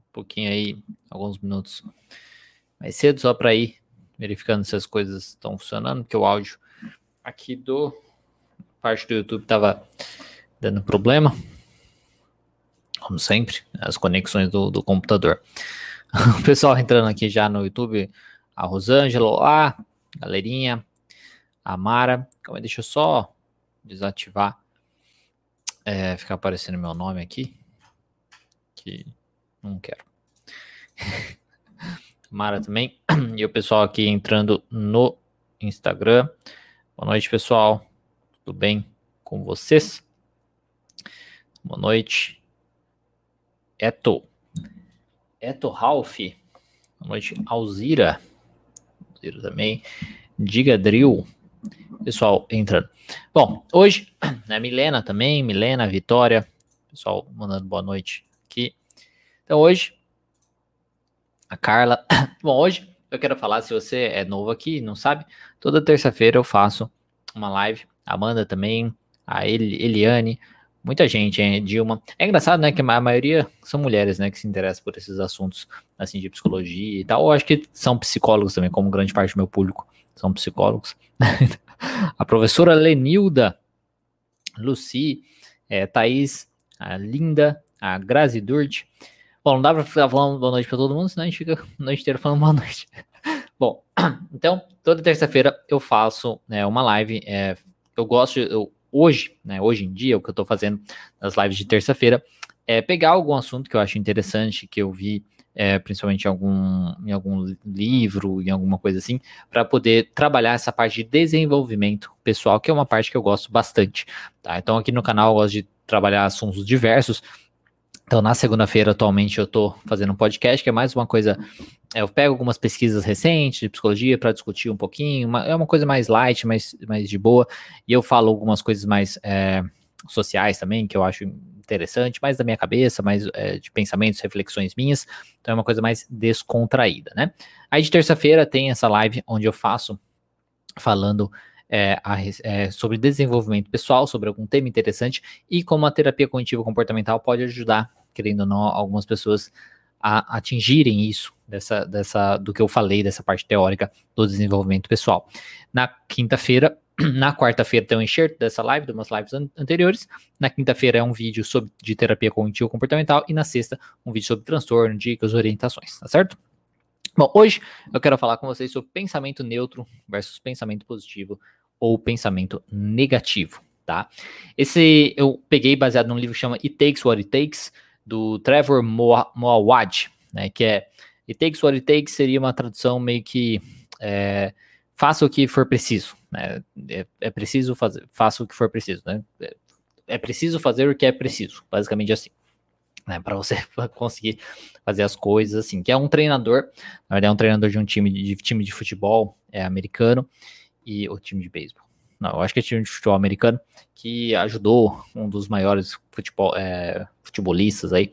pouquinho aí, alguns minutos mais cedo, só para ir verificando se as coisas estão funcionando, porque o áudio aqui do parte do YouTube estava dando problema, como sempre, as conexões do computador. O pessoal entrando aqui já no YouTube, a Rosângela, galerinha, a Mara, calma, deixa eu só desativar, ficar aparecendo meu nome aqui, que não quero. Mara também, e o pessoal aqui entrando no Instagram. Boa noite, pessoal, tudo bem com vocês? Boa noite. Eto Ralph, boa noite. Alzira também, Diga Drill, pessoal entrando. Bom, hoje, né, Milena também, Vitória, pessoal mandando boa noite aqui. Então hoje, a Carla, bom, hoje eu quero falar, se você é novo aqui e não sabe, toda terça-feira eu faço uma live, a Amanda também, a Eliane, muita gente, hein, Dilma. É engraçado, né, que a maioria são mulheres, né, que se interessam por esses assuntos, assim, de psicologia e tal. Eu acho que são psicólogos também, como grande parte do meu público são psicólogos. A professora Lenilda, Lucy, Thaís, a Linda, a Grazi Durt. Bom, não dá pra ficar falando boa noite pra todo mundo, senão a gente fica a noite inteira falando boa noite. Bom, então, toda terça-feira eu faço, né, uma live. Eu gosto, hoje em dia, o que eu tô fazendo nas lives de terça-feira é pegar algum assunto que eu acho interessante, que eu vi principalmente em algum livro, em alguma coisa assim, para poder trabalhar essa parte de desenvolvimento pessoal, que é uma parte que eu gosto bastante, tá? Então aqui no canal eu gosto de trabalhar assuntos diversos. Então na segunda-feira atualmente eu tô fazendo um podcast, que é mais uma coisa, eu pego algumas pesquisas recentes de psicologia para discutir um pouquinho, é uma coisa mais light, mais de boa, e eu falo algumas coisas mais sociais também, que eu acho interessante, mais da minha cabeça, mais de pensamentos, reflexões minhas, então é uma coisa mais descontraída, né? Aí de terça-feira tem essa live onde eu faço falando sobre desenvolvimento pessoal, sobre algum tema interessante e como a terapia cognitivo comportamental pode ajudar, querendo ou não, algumas pessoas a atingirem isso, do que eu falei, dessa parte teórica do desenvolvimento pessoal. Na quinta-feira, na quarta-feira tem um enxerto dessa live, de umas lives anteriores. Na quinta-feira é um vídeo de terapia cognitivo comportamental e na sexta um vídeo sobre transtorno, dicas, orientações, tá certo? Bom, hoje eu quero falar com vocês sobre pensamento neutro versus pensamento positivo ou pensamento negativo, tá? Esse eu peguei baseado num livro que chama It Takes What It Takes, do Trevor Moawad, né, que é It Takes What It Takes seria uma tradução meio que faça o que for preciso, né? É preciso fazer, faça o que for preciso, né? É preciso fazer o que é preciso, basicamente assim, né? Para você conseguir fazer as coisas assim. Que é um treinador, na verdade é um treinador de um time de futebol americano o time de beisebol. Não, eu acho que é time de futebol americano que ajudou um dos maiores futebolistas aí.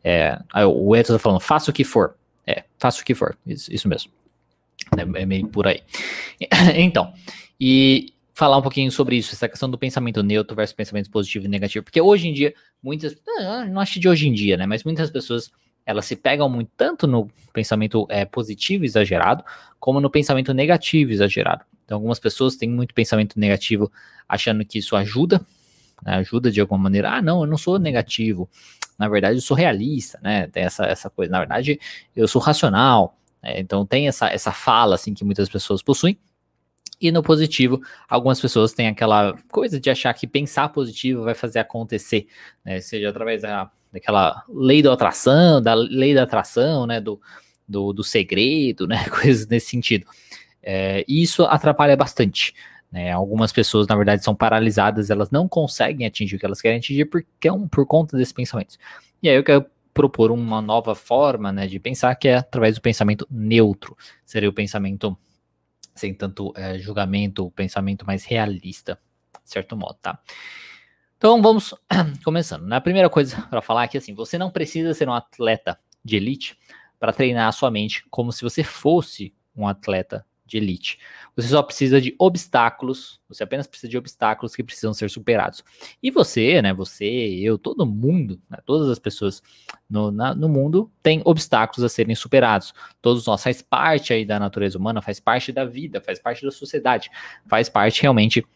O Edson tá falando, faça o que for. Faça o que for, isso mesmo. É meio por aí. Então, e falar um pouquinho sobre isso, essa questão do pensamento neutro versus pensamento positivo e negativo, porque hoje em dia, não acho de hoje em dia, né, mas muitas pessoas, elas se pegam muito tanto no pensamento positivo exagerado, como no pensamento negativo exagerado. Então, algumas pessoas têm muito pensamento negativo, achando que isso ajuda, né, ajuda de alguma maneira. Não, eu não sou negativo, na verdade eu sou realista, né, tem essa coisa, na verdade eu sou racional. Então tem essa fala assim que muitas pessoas possuem. E no positivo, algumas pessoas têm aquela coisa de achar que pensar positivo vai fazer acontecer, né? Seja através daquela lei da atração, né? Do segredo, né? Coisas nesse sentido. E isso atrapalha bastante, né? Algumas pessoas, na verdade, são paralisadas, elas não conseguem atingir o que elas querem atingir por conta desses pensamentos. E aí eu quero propor uma nova forma, né, de pensar, que é através do pensamento neutro. Seria o pensamento sem tanto julgamento, o pensamento mais realista, de certo modo, tá? Então vamos começando. A primeira coisa para falar é que assim, você não precisa ser um atleta de elite para treinar a sua mente como se você fosse um atleta de elite. Você só precisa de obstáculos, você apenas precisa de obstáculos que precisam ser superados. E você, né, você, eu, todo mundo, né, todas as pessoas no mundo têm obstáculos a serem superados. Todos nós, faz parte aí da natureza humana, faz parte da vida, faz parte da sociedade, faz parte realmente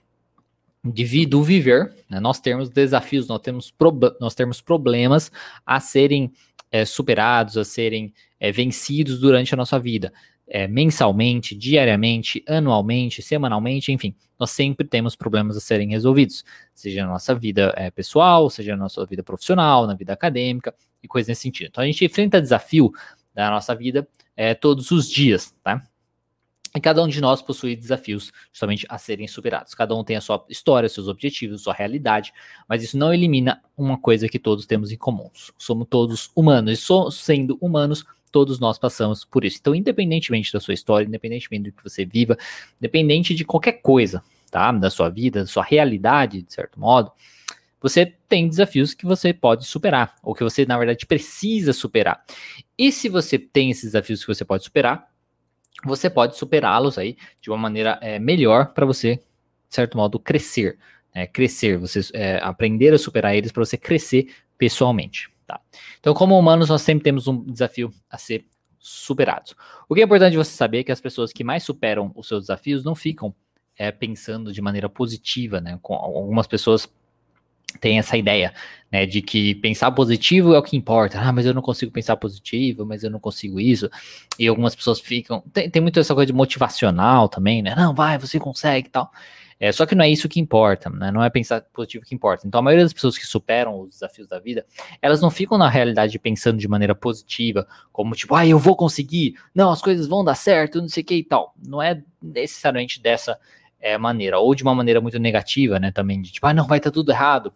do viver, né? Nós temos desafios, nós temos problemas a serem superados, a serem vencidos durante a nossa vida. Mensalmente, diariamente, anualmente, semanalmente, enfim, nós sempre temos problemas a serem resolvidos, seja na nossa vida pessoal, seja na nossa vida profissional, na vida acadêmica e coisas nesse sentido. Então a gente enfrenta desafio da nossa vida todos os dias, tá? E cada um de nós possui desafios justamente a serem superados. Cada um tem a sua história, seus objetivos, sua realidade, mas isso não elimina uma coisa que todos temos em comum. Somos todos humanos, e sendo humanos, todos nós passamos por isso. Então, independentemente da sua história, independentemente do que você viva, independente de qualquer coisa, tá? Da sua vida, da sua realidade, de certo modo, você tem desafios que você pode superar, ou que você, na verdade, precisa superar. E se você tem esses desafios que você pode superar, você pode superá-los aí de uma maneira melhor para você, de certo modo, crescer. Você aprender a superar eles para você crescer pessoalmente. Tá? Então, como humanos, nós sempre temos um desafio a ser superado. O que é importante você saber é que as pessoas que mais superam os seus desafios não ficam pensando de maneira positiva, né? Com algumas pessoas tem essa ideia, né, de que pensar positivo é o que importa. Ah, mas eu não consigo pensar positivo, mas eu não consigo isso. E algumas pessoas ficam... Tem muito essa coisa de motivacional também, né? Não, vai, você consegue e tal. Só que não é isso que importa, né? Não é pensar positivo que importa. Então, a maioria das pessoas que superam os desafios da vida, elas não ficam, na realidade, pensando de maneira positiva, como tipo, eu vou conseguir, não, as coisas vão dar certo, não sei o que e tal. Não é necessariamente dessa maneira, ou de uma maneira muito negativa, né, também, de tipo, não, vai estar tudo errado,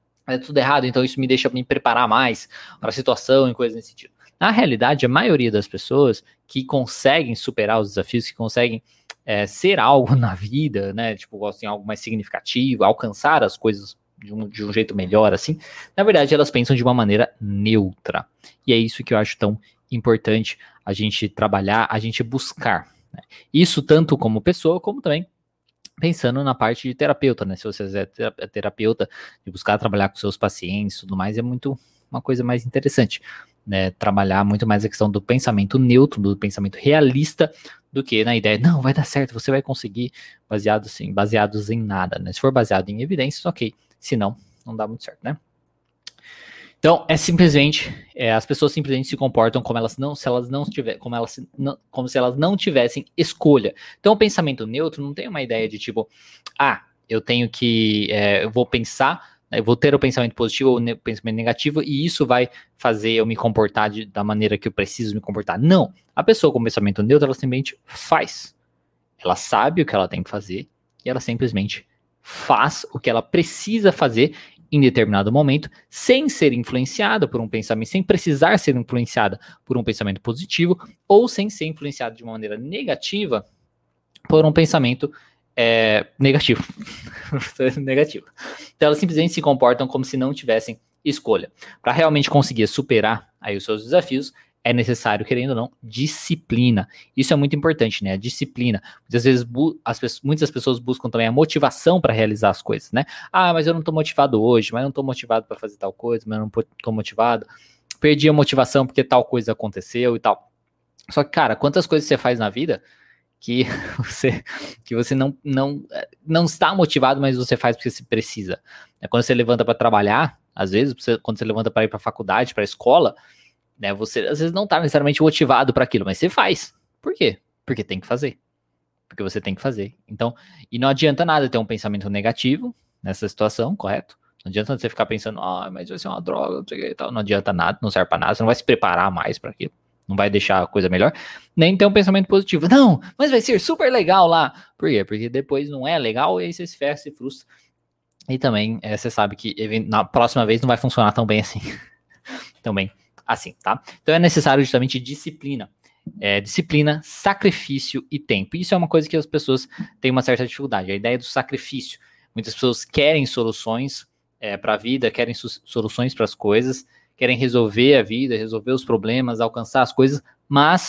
então isso me deixa me preparar mais para a situação e coisas nesse sentido. Na realidade, a maioria das pessoas que conseguem superar os desafios, que conseguem ser algo na vida, né, tipo, assim, algo mais significativo, alcançar as coisas de um jeito melhor, assim, na verdade, elas pensam de uma maneira neutra. E é isso que eu acho tão importante a gente trabalhar, a gente buscar, né? Isso tanto como pessoa, como também pensando na parte de terapeuta, né? Se você é terapeuta, de buscar trabalhar com seus pacientes e tudo mais, é muito uma coisa mais interessante, né? Trabalhar muito mais a questão do pensamento neutro, do pensamento realista, do que na ideia, não, vai dar certo, você vai conseguir, baseados em nada, né? Se for baseado em evidências, ok. Se não, não dá muito certo, né? Então, as pessoas simplesmente se comportam como se elas não tivessem escolha. Então, o pensamento neutro não tem uma ideia de tipo, eu tenho que, eu vou pensar, eu vou ter o pensamento positivo ou o pensamento negativo e isso vai fazer eu me comportar da maneira que eu preciso me comportar. Não, a pessoa com pensamento neutro, ela simplesmente faz. Ela sabe o que ela tem que fazer e ela simplesmente faz o que ela precisa fazer em determinado momento, sem ser influenciada por um pensamento, sem precisar ser influenciada por um pensamento positivo, ou sem ser influenciada de uma maneira negativa por um pensamento negativo. negativo. Então elas simplesmente se comportam como se não tivessem escolha. Para realmente conseguir superar aí os seus desafios, é necessário, querendo ou não, disciplina. Isso é muito importante, né? A disciplina. Muitas vezes, muitas pessoas buscam também a motivação para realizar as coisas, né? Mas eu não tô motivado hoje, mas eu não tô motivado para fazer tal coisa, mas eu não tô motivado. Perdi a motivação porque tal coisa aconteceu e tal. Só que, cara, quantas coisas você faz na vida que você não está motivado, mas você faz porque você precisa. Quando você levanta para trabalhar, às vezes, quando você levanta para ir para a faculdade, para a escola, né, você às vezes não está necessariamente motivado para aquilo, mas você faz. Por quê? Porque tem que fazer. Porque você tem que fazer. Então, e não adianta nada ter um pensamento negativo nessa situação, correto? Não adianta você ficar pensando, mas vai ser uma droga, não sei o que e tal. Não adianta nada, não serve para nada, você não vai se preparar mais para aquilo. Não vai deixar a coisa melhor, nem ter um pensamento positivo. Não, mas vai ser super legal lá. Por quê? Porque depois não é legal e aí você se ferra, se frustra. E também você sabe que na próxima vez não vai funcionar tão bem assim. Também assim, tá? Então é necessário justamente disciplina. Disciplina, sacrifício e tempo. Isso é uma coisa que as pessoas têm uma certa dificuldade. A ideia do sacrifício. Muitas pessoas querem soluções para a vida, querem soluções para as coisas, querem resolver a vida, resolver os problemas, alcançar as coisas, mas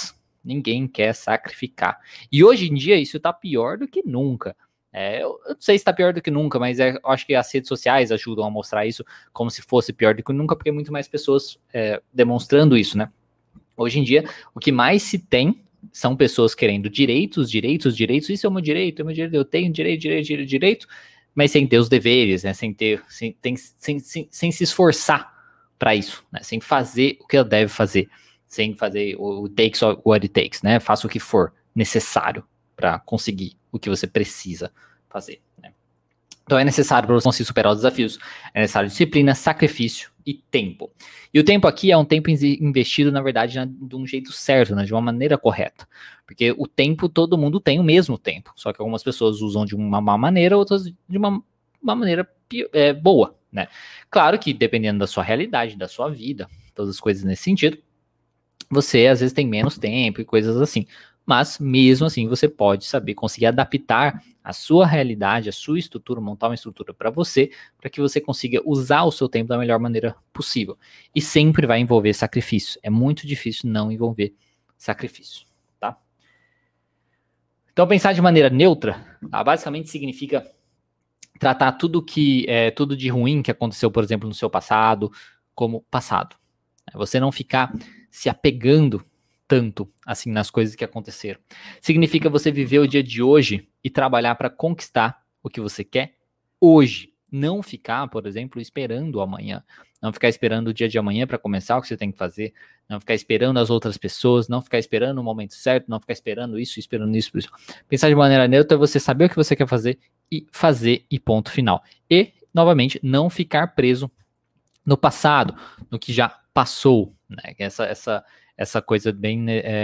Ninguém quer sacrificar. E hoje em dia isso tá pior do que nunca. Eu não sei se tá pior do que nunca, mas eu acho que as redes sociais ajudam a mostrar isso como se fosse pior do que nunca, porque muito mais pessoas demonstrando isso, né? Hoje em dia, o que mais se tem são pessoas querendo direitos, isso é o meu direito, eu tenho direito, mas sem ter os deveres, né? Sem se esforçar para isso, né? Sem fazer o que ela deve fazer, sem fazer o takes what it takes, né? Faça o que for necessário para conseguir o que você precisa fazer, né? Então é necessário para você conseguir superar os desafios, é necessário disciplina, sacrifício e tempo. E o tempo aqui é um tempo investido, na verdade, de um jeito certo, né, de uma maneira correta. Porque o tempo, todo mundo tem o mesmo tempo, só que algumas pessoas usam de uma má maneira, outras de uma maneira boa, né? Claro que dependendo da sua realidade, da sua vida, todas as coisas nesse sentido, você às vezes tem menos tempo e coisas assim. Mas mesmo assim você pode saber conseguir adaptar a sua realidade, a sua estrutura, montar uma estrutura para você, para que você consiga usar o seu tempo da melhor maneira possível. E sempre vai envolver sacrifício. É muito difícil não envolver sacrifício, tá? Então pensar de maneira neutra, tá? Basicamente significa tratar tudo de ruim que aconteceu, por exemplo, no seu passado, como passado. Você não ficar se apegando tanto assim nas coisas que aconteceram. Significa você viver o dia de hoje e trabalhar para conquistar o que você quer hoje. Não ficar, por exemplo, esperando o amanhã. Não ficar esperando o dia de amanhã para começar o que você tem que fazer. Não ficar esperando as outras pessoas. Não ficar esperando o momento certo. Não ficar esperando isso, esperando isso. Pensar de maneira neutra é você saber o que você quer fazer e ponto final. E, novamente, não ficar preso no passado, no que já passou, né? Essa coisa bem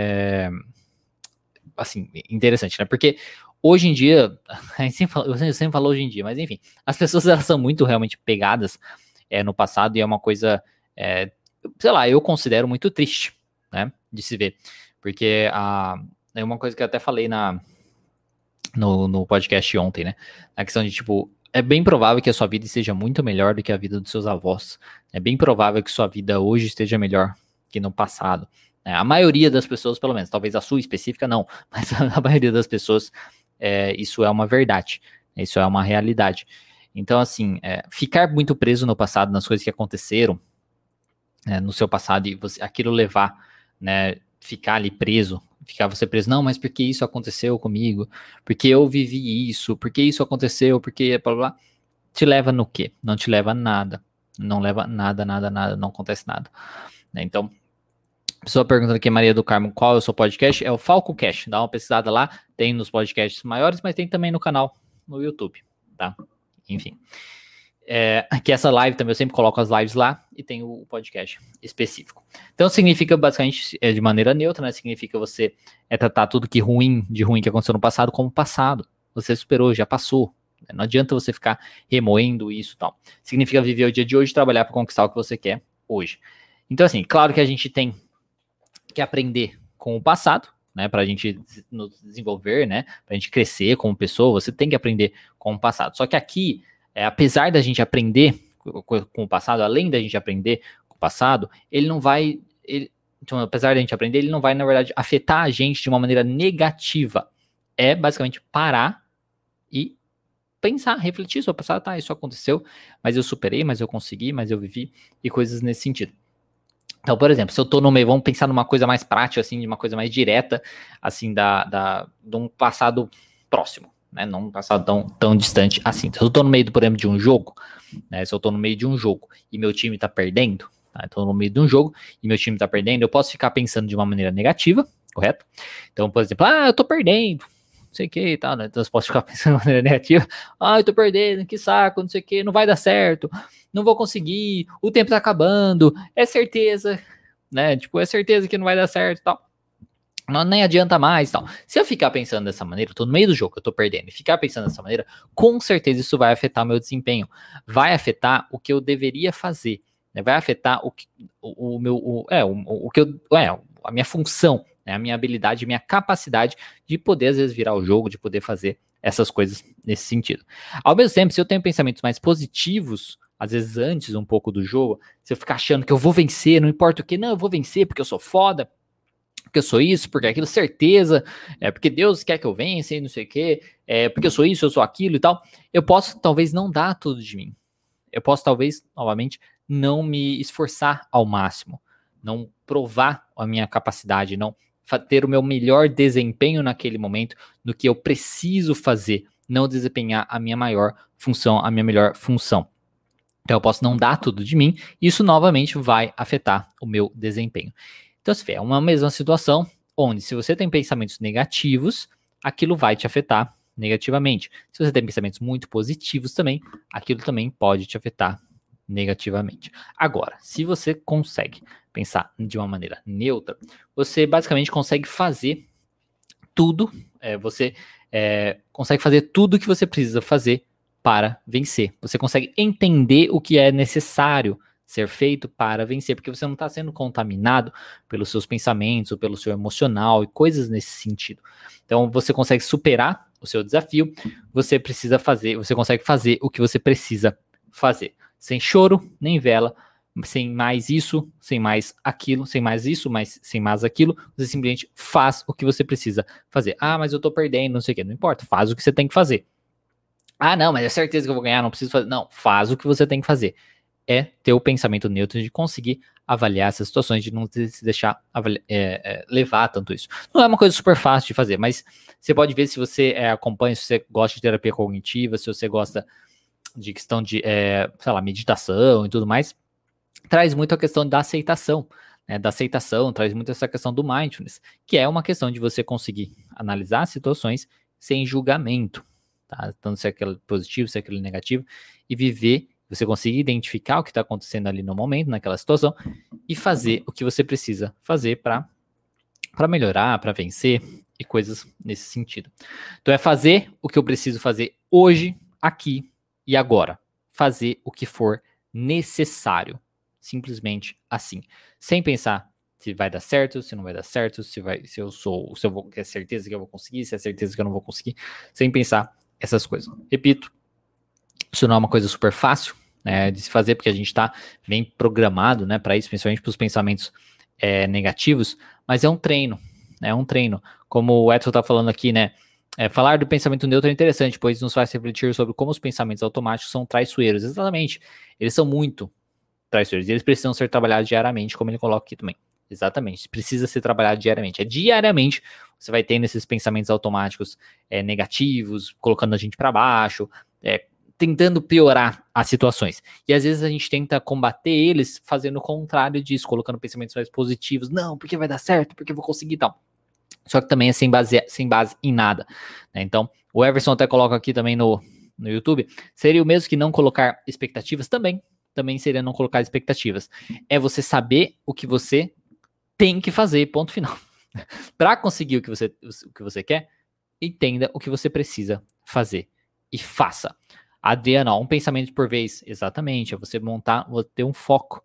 assim, interessante, né? Porque hoje em dia, eu sempre falo hoje em dia, mas enfim, as pessoas elas são muito realmente pegadas no passado e é uma coisa, sei lá, eu considero muito triste, né? De se ver, porque é uma coisa que eu até falei no podcast ontem, né? A questão de tipo, é bem provável que a sua vida esteja muito melhor do que a vida dos seus avós. É bem provável que sua vida hoje esteja melhor que no passado. A maioria das pessoas, pelo menos, talvez a sua específica não, mas a maioria das pessoas, isso é uma verdade, isso é uma realidade. Então, assim, ficar muito preso no passado, nas coisas que aconteceram no seu passado e aquilo levar, né, ficar ali preso, ficar você preso, não, mas por que isso aconteceu comigo? Porque eu vivi isso? Porque isso aconteceu? Porque blá, blá, te leva no quê? Não te leva a nada. Não leva nada, não acontece nada. Então, pessoa perguntando aqui, Maria do Carmo, qual é o seu podcast? É o Falco Cash, dá uma pesquisada lá, tem nos podcasts maiores, mas tem também no canal, no YouTube, tá? Enfim. Que essa live também, eu sempre coloco as lives lá e tem o podcast específico. Então significa basicamente, de maneira neutra, né? Significa você tratar tudo de ruim que aconteceu no passado como passado. Você superou, já passou. Não adianta você ficar remoendo isso e tal. Significa viver o dia de hoje e trabalhar para conquistar o que você quer hoje. Então assim, claro que a gente tem que aprender com o passado, né, para a gente nos desenvolver, né, para a gente crescer como pessoa, você tem que aprender com o passado. Só que aqui, apesar da gente aprender com o passado, além da gente aprender com o passado, ele não vai, então, apesar da gente aprender, ele não vai, na verdade, afetar a gente de uma maneira negativa. É basicamente parar e pensar, refletir sobre o passado, tá, isso aconteceu, mas eu superei, mas eu consegui, mas eu vivi, e coisas nesse sentido. Então, por exemplo, se eu tô no meio, vamos pensar numa coisa mais prática, assim, de uma coisa mais direta, assim, de um passado próximo, né, não um passado tão distante assim. Se eu tô no meio, por exemplo, de um jogo, né, se eu tô no meio de um jogo e meu time tá perdendo, tá, eu tô no meio de um jogo e meu time tá perdendo, eu posso ficar pensando de uma maneira negativa, correto? Então, por exemplo, eu tô perdendo, não sei o que e tal, né, então eu posso ficar pensando de uma maneira negativa, eu tô perdendo, que saco, não sei o que, não vai dar certo, não vou conseguir, o tempo tá acabando, é certeza, né? Tipo, é certeza que não vai dar certo e tal. Não, nem adianta mais e tal. Se eu ficar pensando dessa maneira, eu tô no meio do jogo, eu tô perdendo, e ficar pensando dessa maneira, com certeza isso vai afetar o meu desempenho. Vai afetar o que eu deveria fazer. Né? Vai afetar a minha função, né? A minha habilidade, a minha capacidade de poder, às vezes, virar o jogo, de poder fazer essas coisas nesse sentido. Ao mesmo tempo, se eu tenho pensamentos mais positivos, às vezes antes um pouco do jogo, se eu ficar achando que eu vou vencer, não importa o que, não, eu vou vencer porque eu sou foda, porque eu sou isso, porque aquilo, certeza, porque Deus quer que eu vença e não sei o quê, porque eu sou isso, eu sou aquilo e tal. Eu posso talvez não dar tudo de mim. Eu posso talvez, novamente, não me esforçar ao máximo, não provar a minha capacidade, não ter o meu melhor desempenho naquele momento, no que eu preciso fazer, não desempenhar a minha maior função, a minha melhor função. Então eu posso não dar tudo de mim, e isso novamente vai afetar o meu desempenho. Então, se é uma mesma situação, onde se você tem pensamentos negativos, aquilo vai te afetar negativamente. Se você tem pensamentos muito positivos também, aquilo também pode te afetar negativamente. Agora, se você consegue pensar de uma maneira neutra, você basicamente consegue fazer tudo, você consegue fazer tudo o que você precisa fazer para vencer. Você consegue entender o que é necessário ser feito para vencer, porque você não está sendo contaminado pelos seus pensamentos ou pelo seu emocional e coisas nesse sentido. Então você consegue superar o seu desafio, você consegue fazer o que você precisa fazer, sem choro nem vela, sem mais isso, sem mais aquilo, sem mais isso, mas sem mais aquilo, você simplesmente faz o que você precisa fazer. Ah, mas eu tô perdendo, não sei o que, não importa, faz o que você tem que fazer. Ah, não, mas é certeza que eu vou ganhar, não preciso fazer. Não, faz o que você tem que fazer. É ter o pensamento neutro de conseguir avaliar essas situações, de não se deixar levar tanto isso. Não é uma coisa super fácil de fazer, mas você pode ver se você acompanha, se você gosta de terapia cognitiva, se você gosta de questão de, sei lá, meditação e tudo mais, traz muito a questão da aceitação, né, traz muito essa questão do mindfulness, que é uma questão de você conseguir analisar situações sem julgamento, tá? Tanto se é aquele positivo, se é aquele negativo, e viver, você conseguir identificar o que está acontecendo ali no momento, naquela situação, e fazer o que você precisa fazer para melhorar, para vencer, e coisas nesse sentido. Então é fazer o que eu preciso fazer hoje, aqui e agora. Fazer o que for necessário. Simplesmente assim. Sem pensar se vai dar certo, se não vai dar certo, se eu vou ter certeza que eu vou conseguir, se é certeza que eu não vou conseguir, sem pensar essas coisas. Repito, isso não é uma coisa super fácil, né, de se fazer, porque a gente está bem programado, né, para isso, principalmente para os pensamentos negativos, mas é um treino, né, é um treino. Como o Edson está falando aqui, né, falar do pensamento neutro é interessante, pois nos faz refletir sobre como os pensamentos automáticos são traiçoeiros. Exatamente, eles são muito traiçoeiros, e eles precisam ser trabalhados diariamente, como ele coloca aqui também. Exatamente, precisa ser trabalhado diariamente. Diariamente você vai tendo esses pensamentos automáticos negativos, colocando a gente para baixo, tentando piorar as situações. E às vezes a gente tenta combater eles fazendo o contrário disso, colocando pensamentos mais positivos. Não, porque vai dar certo, porque eu vou conseguir e tal. Só que também é sem base em nada, né? Então, o Everson até coloca aqui também no YouTube, seria o mesmo que não colocar expectativas? Também seria não colocar expectativas. É você saber o que você tem que fazer, ponto final. Para conseguir o que você quer, entenda o que você precisa fazer e faça. Adriana, um pensamento por vez. Exatamente, é você ter um foco,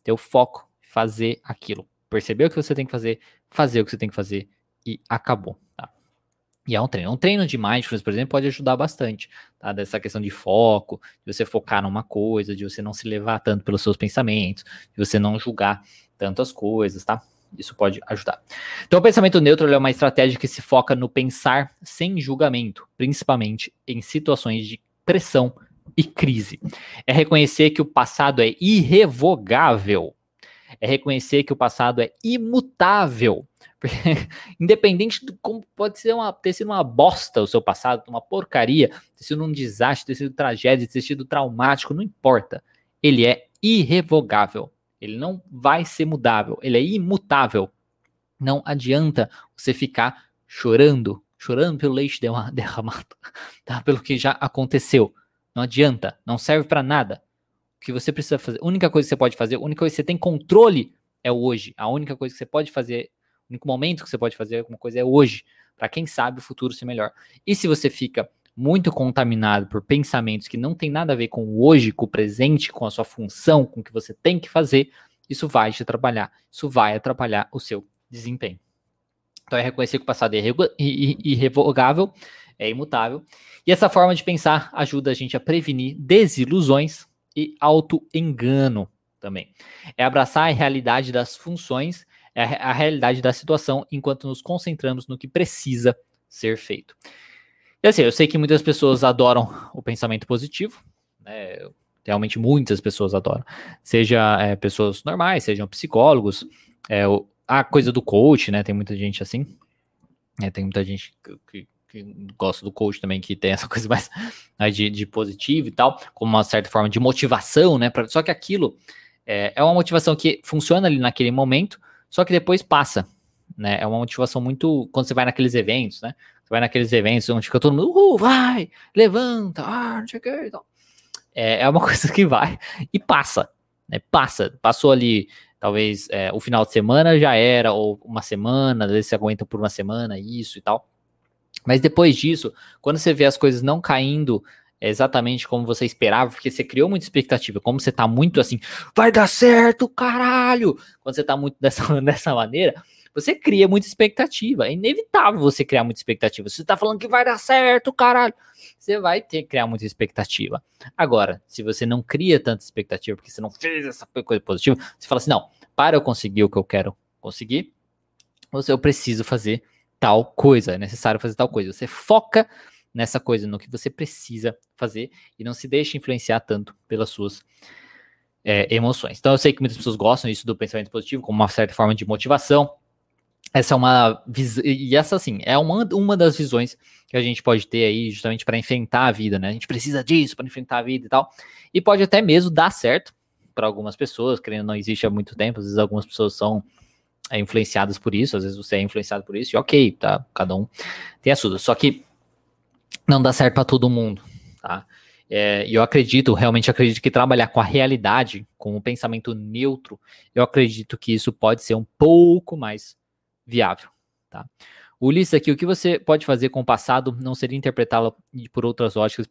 fazer aquilo. Perceber o que você tem que fazer o que você tem que fazer e acabou, tá? E é um treino. Um treino de mindfulness, por exemplo, pode ajudar bastante, tá? Dessa questão de foco, de você focar numa coisa, de você não se levar tanto pelos seus pensamentos, de você não julgar tanto as coisas, tá? Isso pode ajudar. Então, o pensamento neutro é uma estratégia que se foca no pensar sem julgamento, principalmente em situações de pressão e crise. É reconhecer que o passado é irrevogável. É reconhecer que o passado é imutável. Porque, independente de como pode ter sido uma bosta o seu passado, uma porcaria, ter sido um desastre, ter sido tragédia, ter sido traumático, não importa. Ele é irrevogável. Ele não vai ser mudável. Ele é imutável. Não adianta você ficar chorando pelo leite derramado, tá? Pelo que já aconteceu. Não adianta. Não serve para nada. O que você precisa fazer, a única coisa que você pode fazer, a única coisa que você tem controle é hoje. A única coisa que você pode fazer, o único momento que você pode fazer alguma coisa é hoje. Para quem sabe o futuro ser melhor. E se você fica muito contaminado por pensamentos que não tem nada a ver com o hoje, com o presente, com a sua função, com o que você tem que fazer, isso vai te atrapalhar. Isso vai atrapalhar o seu desempenho. Então é reconhecer que o passado é irrevogável, é imutável. E essa forma de pensar ajuda a gente a prevenir desilusões e auto-engano também. É abraçar a realidade das funções, é a realidade da situação enquanto nos concentramos no que precisa ser feito. E assim, eu sei que muitas pessoas adoram o pensamento positivo, né? Realmente muitas pessoas adoram. Seja pessoas normais, sejam psicólogos, a coisa do coach, né? Tem muita gente assim. Tem muita gente que gosta do coach também, que tem essa coisa mais de positivo e tal, como uma certa forma de motivação, né? Só que aquilo é uma motivação que funciona ali naquele momento, só que depois passa, né? É uma motivação muito... Quando você vai naqueles eventos, né? Você vai naqueles eventos onde fica todo mundo, vai, levanta, não sei o que e tal. É uma coisa que vai e passa, né? Passou ali, talvez o final de semana já era, ou uma semana, às vezes você aguenta por uma semana, isso e tal. Mas depois disso, quando você vê as coisas não caindo exatamente como você esperava, porque você criou muita expectativa, como você tá muito assim, vai dar certo, caralho! Quando você tá muito dessa maneira, você cria muita expectativa. É inevitável você criar muita expectativa. Se você tá falando que vai dar certo, caralho, você vai ter que criar muita expectativa. Agora, se você não cria tanta expectativa, porque você não fez essa coisa positiva, você fala assim, não, para eu conseguir o que eu quero conseguir, eu preciso fazer tal coisa, é necessário fazer tal coisa. Você foca nessa coisa, no que você precisa fazer e não se deixa influenciar tanto pelas suas emoções. Então eu sei que muitas pessoas gostam disso do pensamento positivo como uma certa forma de motivação. Essa é uma visão, e essa assim, é uma das visões que a gente pode ter aí justamente para enfrentar a vida, né? A gente precisa disso para enfrentar a vida e tal. E pode até mesmo dar certo para algumas pessoas, querendo não existe há muito tempo, às vezes algumas pessoas são influenciadas por isso, às vezes você é influenciado por isso, e ok, tá? Cada um tem a sua. Só que não dá certo para todo mundo, tá? E eu realmente acredito que trabalhar com a realidade, com o pensamento neutro, eu acredito que isso pode ser um pouco mais viável, tá? O Ulisses aqui, o que você pode fazer com o passado não seria interpretá-lo por outras óticas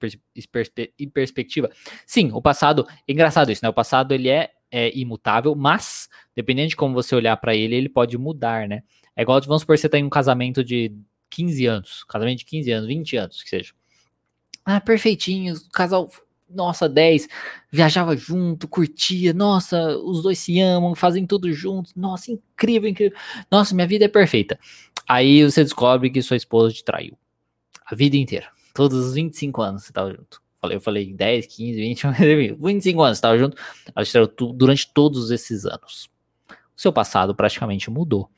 e perspectiva? Sim, o passado, é engraçado isso, né? O passado, ele é imutável, mas, dependendo de como você olhar para ele, ele pode mudar, né? É igual, vamos supor, você tem um casamento de 15 anos, 20 anos, que seja. Perfeitinho, casal, nossa, 10, viajava junto, curtia, nossa, os dois se amam, fazem tudo juntos, nossa, incrível, incrível, nossa, minha vida é perfeita. Aí você descobre que sua esposa te traiu, a vida inteira, todos os 25 anos você tava junto. Eu falei 10, 15, 20, 25 anos você tava junto, ela te traiu durante todos esses anos. O seu passado praticamente mudou.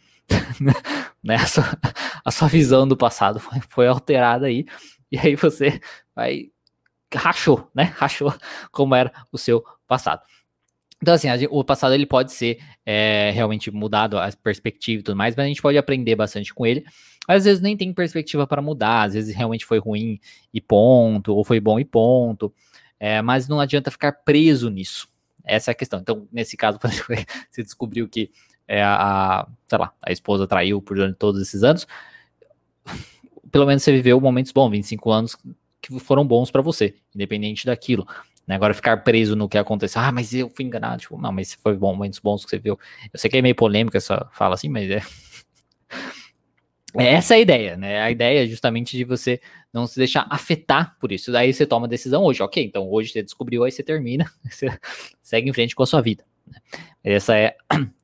Né? A sua visão do passado foi alterada aí, e aí você rachou, né? Rachou como era o seu passado. Então, assim, o passado ele pode ser realmente mudado, a perspectiva e tudo mais, mas a gente pode aprender bastante com ele. Às vezes nem tem perspectiva para mudar, às vezes realmente foi ruim e ponto, ou foi bom e ponto, mas não adianta ficar preso nisso. Essa é a questão. Então, nesse caso, você descobriu que sei lá, a esposa traiu por todos esses anos, pelo menos você viveu momentos bons, 25 anos que foram bons para você, independente daquilo. Né? Agora ficar preso no que aconteceu, mas eu fui enganado, tipo, não, mas foi momentos bons que você viu. Eu sei que é meio polêmica essa fala assim, mas essa é a ideia, né? A ideia é justamente de você não se deixar afetar por isso. Daí você toma a decisão hoje, ok, então hoje você descobriu, aí você termina, você segue em frente com a sua vida. Né? Essa é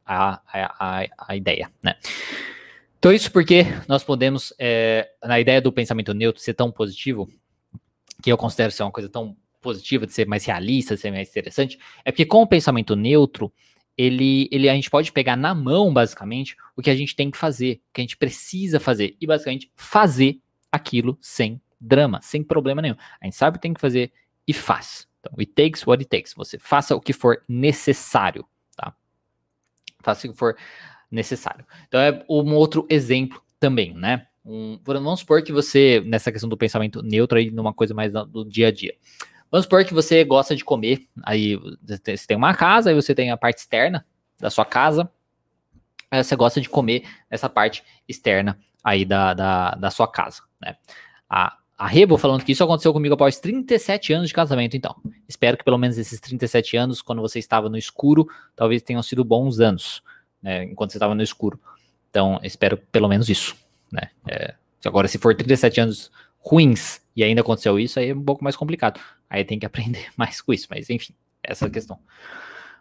a ideia, né? Então isso porque nós podemos, na ideia do pensamento neutro ser tão positivo, que eu considero ser uma coisa tão positiva, de ser mais realista, de ser mais interessante, é porque com o pensamento neutro, a gente pode pegar na mão, basicamente, o que a gente tem que fazer, o que a gente precisa fazer, e basicamente fazer aquilo sem drama, sem problema nenhum. A gente sabe o que tem que fazer e faz. Então, it takes what it takes. Você faça o que for necessário, tá? Faça o que for necessário. Então, é um outro exemplo também, né? Vamos supor que você, nessa questão do pensamento neutro, aí numa coisa mais do dia a dia. Vamos supor que você gosta de comer, aí você tem uma casa, aí você tem a parte externa da sua casa, aí você gosta de comer essa parte externa aí da sua casa, né? A Rebo falando que isso aconteceu comigo após 37 anos de casamento, então. Espero que pelo menos esses 37 anos, quando você estava no escuro, talvez tenham sido bons anos, né, enquanto você estava no escuro. Então, espero pelo menos isso, né? Agora, se for 37 anos ruins e ainda aconteceu isso, aí é um pouco mais complicado. Aí tem que aprender mais com isso, mas enfim, essa é a questão.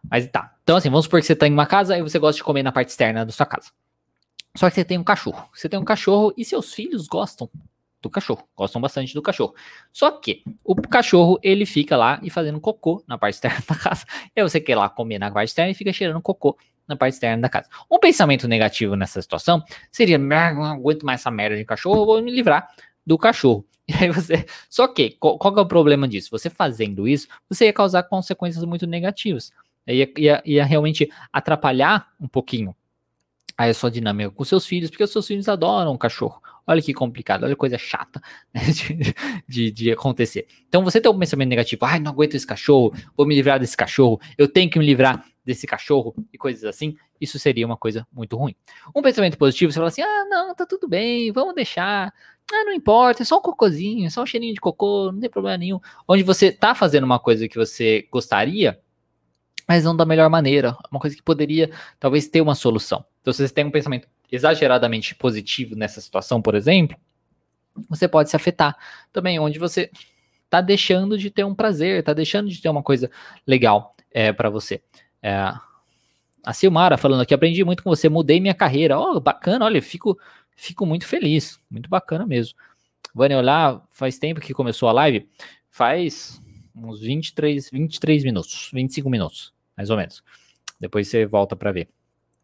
Mas tá. Então, assim, vamos supor que você tá em uma casa e você gosta de comer na parte externa da sua casa. Só que você tem um cachorro. Você tem um cachorro e seus filhos gostam do cachorro. Gostam bastante do cachorro. Só que o cachorro, ele fica lá e fazendo cocô na parte externa da casa. E aí você quer lá comer na parte externa e fica cheirando cocô na parte externa da casa. Um pensamento negativo nessa situação seria: não aguento mais essa merda de cachorro, vou me livrar do cachorro. E aí você. Só que, qual que é o problema disso? Você fazendo isso, você ia causar consequências muito negativas. Ia realmente atrapalhar um pouquinho aí a sua dinâmica com seus filhos, porque os seus filhos adoram o cachorro. Olha que complicado, olha que coisa chata, né, de acontecer. Então você tem um pensamento negativo: ai, não aguento esse cachorro, vou me livrar desse cachorro, eu tenho que me livrar desse cachorro e coisas assim. Isso seria uma coisa muito ruim. Um pensamento positivo, você fala assim: ah, não, tá tudo bem, vamos deixar. Ah, não importa, é só um cocôzinho, é só um cheirinho de cocô, não tem problema nenhum. Onde você tá fazendo uma coisa que você gostaria, mas não da melhor maneira, uma coisa que poderia talvez ter uma solução. Então, se você tem um pensamento exageradamente positivo nessa situação, por exemplo, você pode se afetar também, onde você tá deixando de ter um prazer, tá deixando de ter uma coisa legal para você. A Silmara falando aqui: aprendi muito com você, mudei minha carreira. Ó, bacana, olha, fico muito feliz, muito bacana mesmo. Vânia, olhar, faz tempo que começou a live? Faz uns 23 minutos, 25 minutos, mais ou menos. Depois você volta para ver.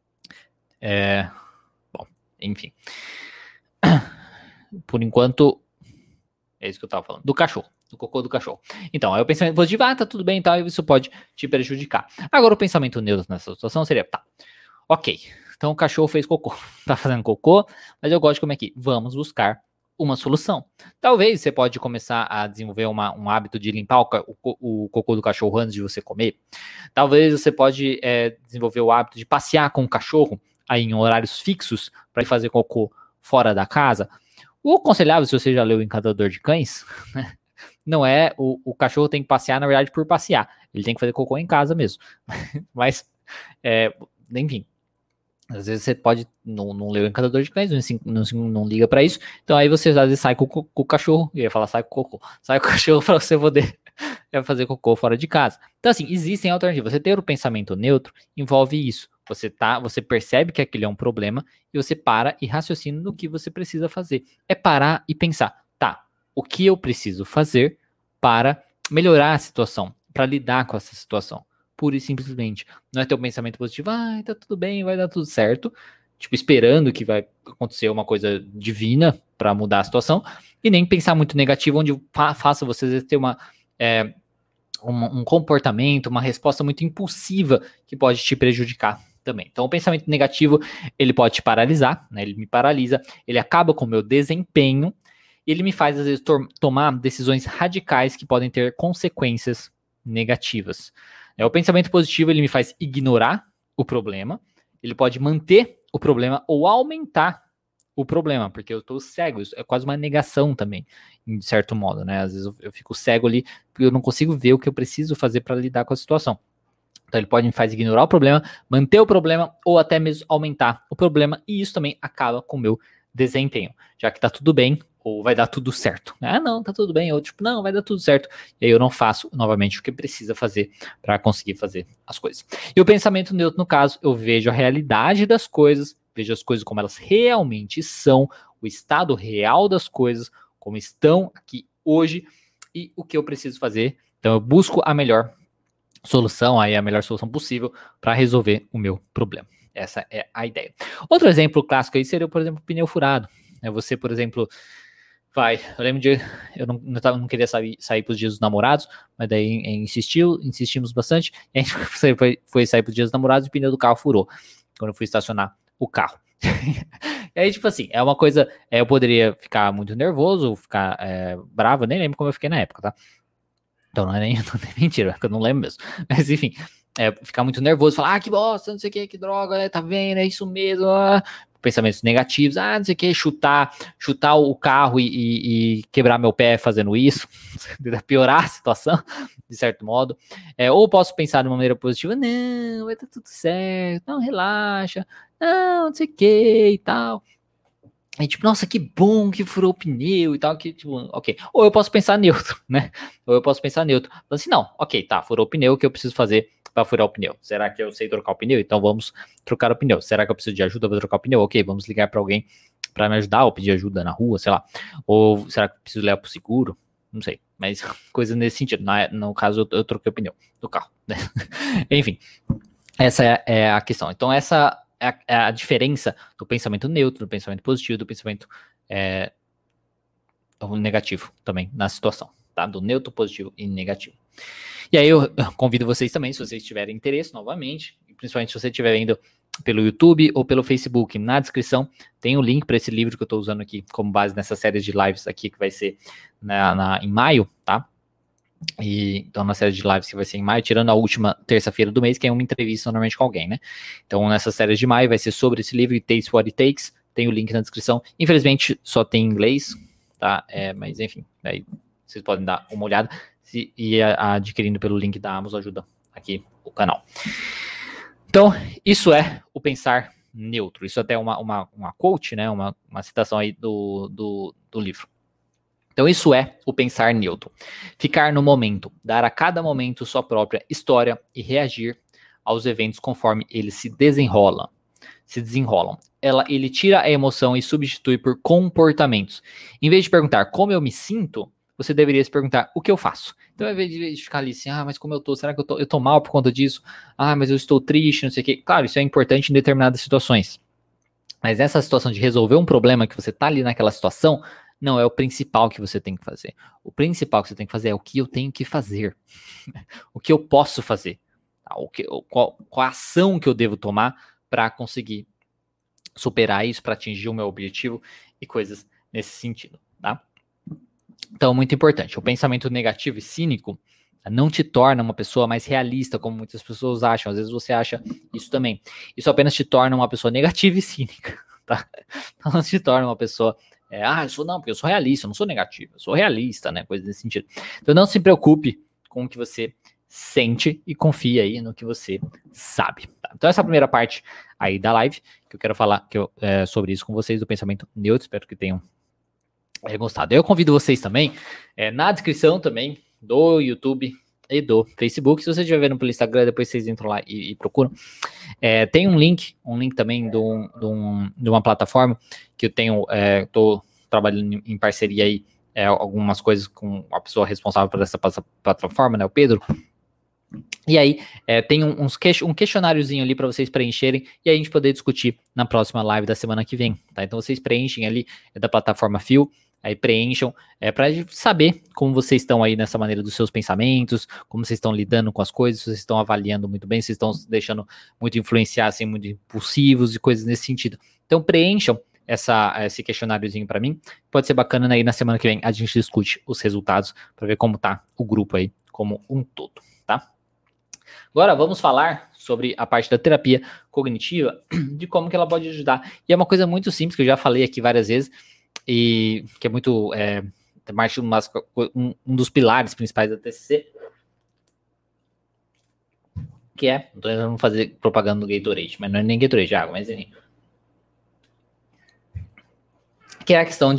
Bom, enfim. Por enquanto, é isso que eu tava falando. Do cachorro, do cocô do cachorro. Então, aí o pensamento positivo: ah, tá tudo bem e tal, e isso pode te prejudicar. Agora, o pensamento neutro nessa situação seria: tá, ok, então o cachorro fez cocô, tá fazendo cocô, mas eu gosto de comer aqui. Vamos buscar uma solução. Talvez você pode começar a desenvolver um hábito de limpar o cocô do cachorro antes de você comer. Talvez você pode desenvolver o hábito de passear com o cachorro aí em horários fixos para fazer cocô fora da casa. O aconselhável, se você já leu o Encantador de Cães, né, não é o cachorro tem que passear, na verdade, por passear. Ele tem que fazer cocô em casa mesmo. Mas, enfim, às vezes você pode não ler o Encantador de Cães, não liga pra isso. Então aí você às vezes sai com o cachorro, eu ia falar sai com o cocô, sai com o cachorro pra você poder fazer cocô fora de casa. Então assim, existem alternativas. Você ter o pensamento neutro envolve isso. Você percebe que aquele é um problema e você para e raciocina no que você precisa fazer. É parar e pensar: tá, o que eu preciso fazer para melhorar a situação, para lidar com essa situação? Pura e simplesmente. Não é ter um pensamento positivo: ah, tá tudo bem, vai dar tudo certo, tipo, esperando que vai acontecer uma coisa divina para mudar a situação, e nem pensar muito negativo, onde faça você às vezes ter um comportamento, uma resposta muito impulsiva que pode te prejudicar também. Então, o pensamento negativo, ele pode te paralisar, né? Ele me paralisa, ele acaba com o meu desempenho, e ele me faz, às vezes, tomar decisões radicais que podem ter consequências negativas. O pensamento positivo, ele me faz ignorar o problema, ele pode manter o problema ou aumentar o problema, porque eu estou cego. Isso é quase uma negação também, de certo modo, né? Às vezes eu fico cego ali, porque eu não consigo ver o que eu preciso fazer para lidar com a situação. Então ele pode me fazer ignorar o problema, manter o problema ou até mesmo aumentar o problema, e isso também acaba com o meu desempenho, já que tá tudo bem ou vai dar tudo certo. Ah, não, tá tudo bem, ou tipo, não, vai dar tudo certo, e aí eu não faço novamente o que precisa fazer para conseguir fazer as coisas. E o pensamento neutro, no caso, eu vejo a realidade das coisas, vejo as coisas como elas realmente são, o estado real das coisas, como estão aqui hoje, e o que eu preciso fazer. Então eu busco a melhor solução, aí a melhor solução possível para resolver o meu problema. Essa é a ideia. Outro exemplo clássico aí seria, por exemplo, pneu furado. Você, por exemplo, eu lembro de, eu não queria sair para os dias dos namorados, mas daí insistimos bastante, e a gente foi sair para os dias dos namorados e o pneu do carro furou, quando eu fui estacionar o carro. E aí, tipo assim, é uma coisa, eu poderia ficar muito nervoso, ficar bravo, eu nem lembro como eu fiquei na época, tá? Então não é nem mentira, porque eu não lembro mesmo. Mas enfim, ficar muito nervoso, falar: ah, que bosta, não sei o que droga, tá vendo, é isso mesmo. Pensamentos negativos: ah, não sei o que, chutar o carro e quebrar meu pé fazendo isso, piorar a situação, de certo modo. Ou posso pensar de uma maneira positiva: não, vai dar tudo certo, não, relaxa, não sei o que e tal. Aí, tipo, nossa, que bom que furou o pneu e tal, que, tipo, ok. Ou eu posso pensar neutro, né? Ou eu posso pensar neutro. Assim, não, ok, tá, furou o pneu, o que eu preciso fazer para furar o pneu? Será que eu sei trocar o pneu? Então vamos trocar o pneu. Será que eu preciso de ajuda para trocar o pneu? Ok, vamos ligar para alguém para me ajudar ou pedir ajuda na rua, sei lá. Ou será que eu preciso levar para o seguro? Não sei, mas coisa nesse sentido. No caso, eu troquei o pneu do carro, né? Enfim, essa é a questão. Então essa é a diferença do pensamento neutro, do pensamento positivo, do pensamento negativo também na situação, tá? Do neutro, positivo e negativo. E aí eu convido vocês também, se vocês tiverem interesse, novamente, principalmente se você estiver vendo pelo YouTube ou pelo Facebook, na descrição tem o link para esse livro que eu estou usando aqui como base nessa série de lives aqui que vai ser em maio, tá? Então na série de lives que vai ser em maio, tirando a última terça-feira do mês, que é uma entrevista normalmente com alguém, né? Então nessa série de maio vai ser sobre esse livro, It Takes What It Takes, tem o link na descrição. Infelizmente só tem em inglês, tá? Mas enfim, aí vocês podem dar uma olhada e adquirindo pelo link da Amazon ajuda aqui o canal. Então, isso é o pensar neutro. Isso até é uma quote, né? Uma citação aí do livro. Então, isso é o pensar neutro. Ficar no momento, dar a cada momento sua própria história e reagir aos eventos conforme eles se desenrolam. Ele tira a emoção e substitui por comportamentos. Em vez de perguntar como eu me sinto, você deveria se perguntar o que eu faço. Então, ao invés de ficar ali assim, mas como eu tô? Será que eu tô mal por conta disso? Mas eu estou triste, não sei o quê. Claro, isso é importante em determinadas situações. Mas essa situação de resolver um problema que você tá ali naquela situação, não é o principal que você tem que fazer. O principal que você tem que fazer é o que eu tenho que fazer. O que eu posso fazer. Tá? Qual a ação que eu devo tomar para conseguir superar isso, para atingir o meu objetivo e coisas nesse sentido, tá? Então, muito importante. O pensamento negativo e cínico não te torna uma pessoa mais realista, como muitas pessoas acham. Às vezes você acha isso também. Isso apenas te torna uma pessoa negativa e cínica, tá? Não te torna uma pessoa porque eu sou realista, eu não sou negativo, eu sou realista, né? Coisa nesse sentido. Então não se preocupe com o que você sente e confie aí no que você sabe. Tá? Então essa é a primeira parte aí da live, que eu quero falar sobre isso com vocês, do pensamento neutro, espero que tenham gostado. Eu convido vocês também, na descrição também do YouTube e do Facebook, se você estiver vendo pelo Instagram, depois vocês entram lá e procuram. Tem um link também de uma plataforma que eu tenho, tô trabalhando em parceria aí, algumas coisas com a pessoa responsável por essa plataforma, né, o Pedro. E aí, tem um questionáriozinho ali para vocês preencherem e aí a gente poder discutir na próxima live da semana que vem, tá? Então vocês preenchem ali, da plataforma Fio, aí preencham, para saber como vocês estão aí nessa maneira dos seus pensamentos, como vocês estão lidando com as coisas, se vocês estão avaliando muito bem, se vocês estão se deixando muito influenciar, assim, muito impulsivos e coisas nesse sentido. Então preencham esse questionáriozinho para mim, pode ser bacana aí na semana que vem a gente discute os resultados para ver como tá o grupo aí como um todo, tá? Agora vamos falar sobre a parte da terapia cognitiva, de como que ela pode ajudar. E é uma coisa muito simples, que eu já falei aqui várias vezes, e que é muito um dos pilares principais da TCC, que não tô tentando fazer propaganda do Gatorade, mas não é nem Gatorade, é água, mas enfim. Que é a questão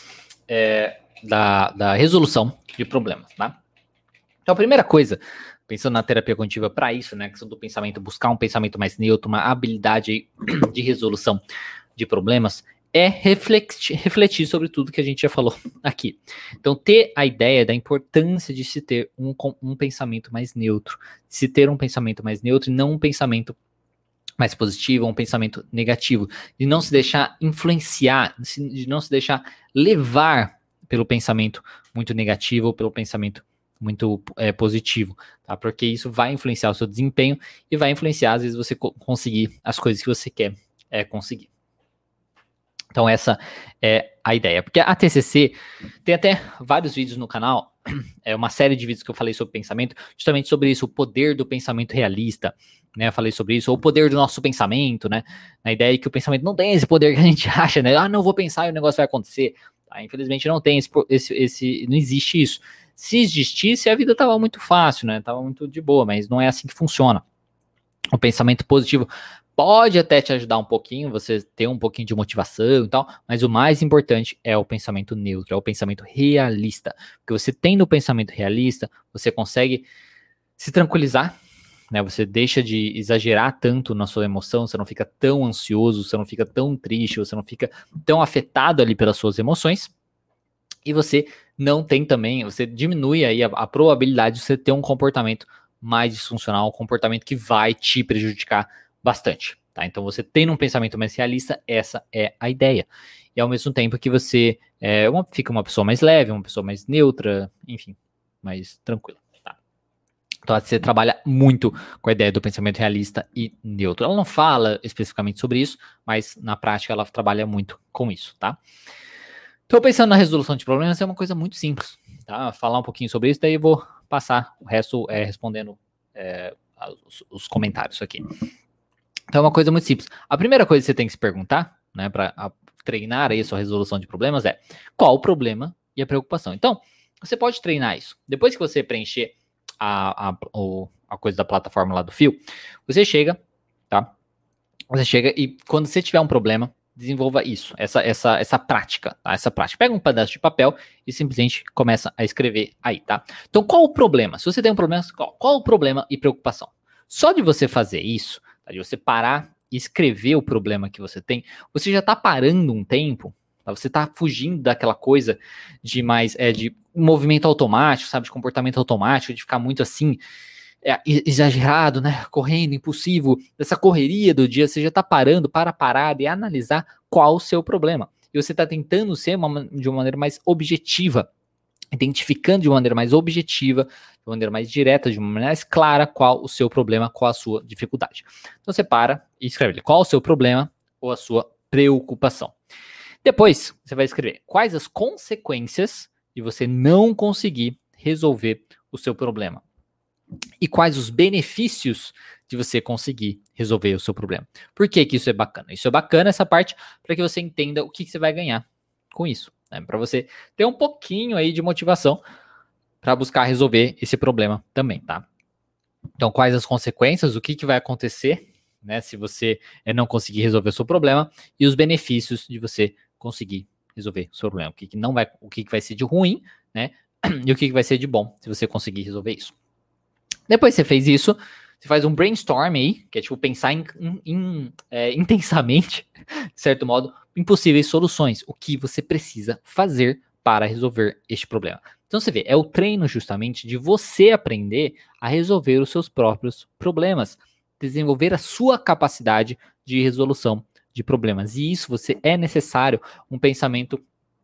da resolução de problemas, tá? Então a primeira coisa, pensando na terapia cognitiva para isso, né, a questão do pensamento, buscar um pensamento mais neutro, uma habilidade de resolução de problemas, é refletir sobre tudo que a gente já falou aqui. Então, ter a ideia da importância de se ter um pensamento mais neutro, se ter um pensamento mais neutro e não um pensamento mais positivo, um pensamento negativo, de não se deixar influenciar, de não se deixar levar pelo pensamento muito negativo ou pelo pensamento muito positivo, tá? Porque isso vai influenciar o seu desempenho e vai influenciar, às vezes, você conseguir as coisas que você quer conseguir. Então essa é a ideia, porque a TCC tem até vários vídeos no canal, uma série de vídeos que eu falei sobre pensamento, justamente sobre isso, o poder do pensamento realista, né, eu falei sobre isso, ou o poder do nosso pensamento, né, a ideia é que o pensamento não tem esse poder que a gente acha, né, não vou pensar e o negócio vai acontecer, tá? Infelizmente não tem não existe isso. Se existisse, a vida tava muito fácil, né, tava muito de boa, mas não é assim que funciona. O pensamento positivo pode até te ajudar um pouquinho, você ter um pouquinho de motivação e tal, mas o mais importante é o pensamento neutro, é o pensamento realista. Porque você tendo o pensamento realista, você consegue se tranquilizar, né? Você deixa de exagerar tanto na sua emoção, você não fica tão ansioso, você não fica tão triste, você não fica tão afetado ali pelas suas emoções. E você não tem também, você diminui aí a probabilidade de você ter um comportamento mais disfuncional, um comportamento que vai te prejudicar bastante, tá? Então você tendo um pensamento mais realista, essa é a ideia. E ao mesmo tempo que você fica uma pessoa mais leve, uma pessoa mais neutra, enfim, mais tranquila, tá? Então você trabalha muito com a ideia do pensamento realista e neutro. Ela não fala especificamente sobre isso, mas na prática ela trabalha muito com isso, tá? Então, pensando na resolução de problemas, é uma coisa muito simples, tá? Falar um pouquinho sobre isso, daí eu vou passar o resto respondendo os comentários aqui. Então, é uma coisa muito simples. A primeira coisa que você tem que se perguntar, né, para treinar aí a sua resolução de problemas é qual o problema e a preocupação. Então, você pode treinar isso. Depois que você preencher a coisa da plataforma lá do Fio, você chega, tá? Você chega e quando você tiver um problema, desenvolva isso, essa prática, tá? Essa prática. Pega um pedaço de papel e simplesmente começa a escrever aí, tá? Então, qual o problema? Se você tem um problema, qual o problema e preocupação? Só de você fazer isso, tá? De você parar e escrever o problema que você tem, você já tá parando um tempo, tá? Você tá fugindo daquela coisa de mais, de movimento automático, sabe? De comportamento automático, de ficar muito assim, exagerado, né? Correndo, impulsivo, dessa correria do dia, você já tá parando para parar e analisar qual o seu problema. E você tá tentando ser de uma maneira mais objetiva, identificando de uma maneira mais objetiva, de uma maneira mais direta, de uma maneira mais clara qual o seu problema, qual a sua dificuldade. Então você para e escreve qual o seu problema ou a sua preocupação. Depois você vai escrever quais as consequências de você não conseguir resolver o seu problema. E quais os benefícios de você conseguir resolver o seu problema. Por que que isso é bacana? Isso é bacana, essa parte, para que você entenda o que você vai ganhar com isso. Né? Para você ter um pouquinho aí de motivação para buscar resolver esse problema também, tá? Então, quais as consequências, o que vai acontecer, né, se você não conseguir resolver o seu problema, e os benefícios de você conseguir resolver o seu problema. O que vai ser de ruim, né, e o que vai ser de bom se você conseguir resolver isso. Depois que você fez isso, você faz um brainstorm aí, que é tipo pensar intensamente, de certo modo, em possíveis soluções. O que você precisa fazer para resolver este problema. Então você vê, é o treino justamente de você aprender a resolver os seus próprios problemas. Desenvolver a sua capacidade de resolução de problemas. E isso é necessário um pensamento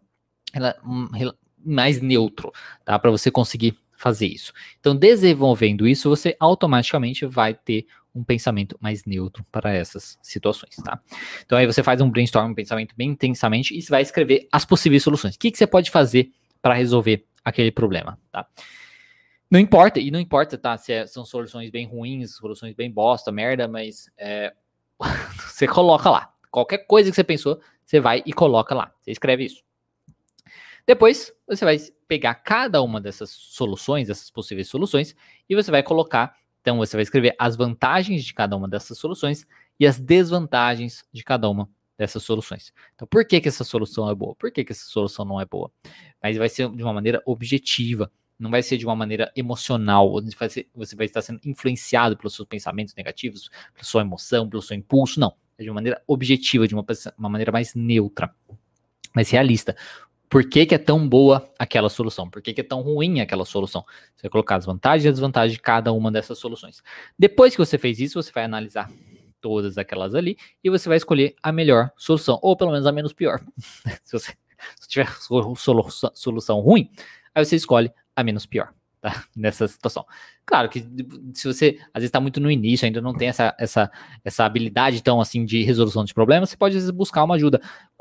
mais neutro, tá? Para você conseguir fazer isso. Então, desenvolvendo isso, você automaticamente vai ter um pensamento mais neutro para essas situações, tá? Então, aí você faz um brainstorm, um pensamento bem intensamente e você vai escrever as possíveis soluções. O que você pode fazer para resolver aquele problema, tá? Não importa, tá? Se são soluções bem ruins, soluções bem bosta, merda, mas você coloca lá. Qualquer coisa que você pensou, você vai e coloca lá. Você escreve isso. Depois, você vai pegar cada uma dessas soluções, dessas possíveis soluções, e você vai colocar, então você vai escrever as vantagens de cada uma dessas soluções e as desvantagens de cada uma dessas soluções. Então, por que essa solução é boa? Por que essa solução não é boa? Mas vai ser de uma maneira objetiva, não vai ser de uma maneira emocional, você vai estar sendo influenciado pelos seus pensamentos negativos, pela sua emoção, pelo seu impulso, não. É de uma maneira objetiva, de uma maneira mais neutra, mais realista. Por que é tão boa aquela solução? Por que é tão ruim aquela solução? Você vai colocar as vantagens e as desvantagens de cada uma dessas soluções. Depois que você fez isso, você vai analisar todas aquelas ali e você vai escolher a melhor solução, ou pelo menos a menos pior. Se tiver solução ruim, aí você escolhe a menos pior, tá? Nessa situação. Claro que se você às vezes está muito no início, ainda não tem essa habilidade tão assim de resolução de problemas, você pode às vezes buscar uma ajuda.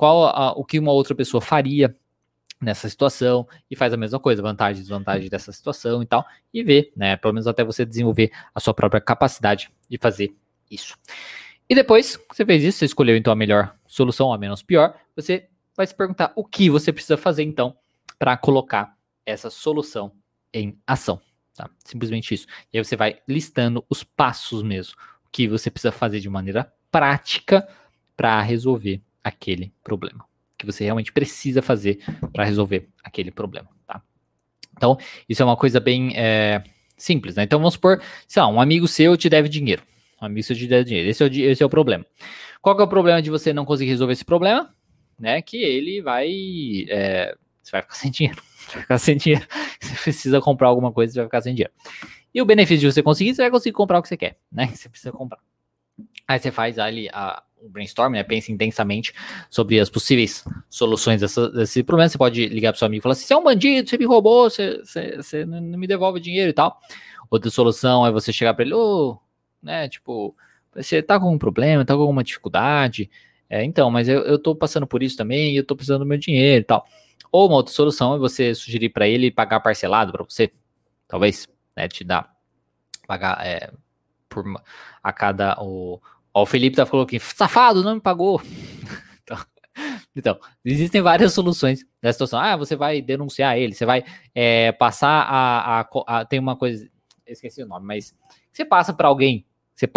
O que uma outra pessoa faria nessa situação e faz a mesma coisa, vantagem e desvantagem dessa situação e tal, e ver, né, pelo menos até você desenvolver a sua própria capacidade de fazer isso. E depois que você fez isso, você escolheu então a melhor solução, a menos pior, você vai se perguntar o que você precisa fazer então para colocar essa solução em ação, tá? Simplesmente isso. E aí você vai listando os passos mesmo, o que você precisa fazer de maneira prática para resolver aquele problema. Que você realmente precisa fazer para resolver aquele problema, tá? Então, isso é uma coisa bem Simples, né? Então vamos supor, sei lá, um amigo seu te deve dinheiro. Um amigo seu te deve dinheiro. Esse é o problema. Qual que é o problema de você não conseguir resolver esse problema? Né? Que ele vai... você vai ficar sem dinheiro. Você vai ficar sem dinheiro. Você precisa comprar alguma coisa, você vai ficar sem dinheiro. E o benefício de você conseguir, você vai conseguir comprar o que você quer, né? Que você precisa comprar. Aí você faz ali o brainstorm, né? Pensa intensamente sobre as possíveis soluções desse problema. Você pode ligar pro seu amigo e falar assim: você é um bandido, você me roubou, você não me devolve o dinheiro e tal. Outra solução é você chegar para ele, né? Tipo, você tá com algum problema, tá com alguma dificuldade. Então, mas eu tô passando por isso também e eu tô precisando do meu dinheiro e tal. Ou uma outra solução é você sugerir para ele pagar parcelado para você, talvez, né? Te dar, pagar por a cada. O Felipe tá falando aqui, safado, não me pagou. Então, existem várias soluções nessa situação. Você vai denunciar ele, você vai passar tem uma coisa, esqueci o nome, mas você passa para alguém,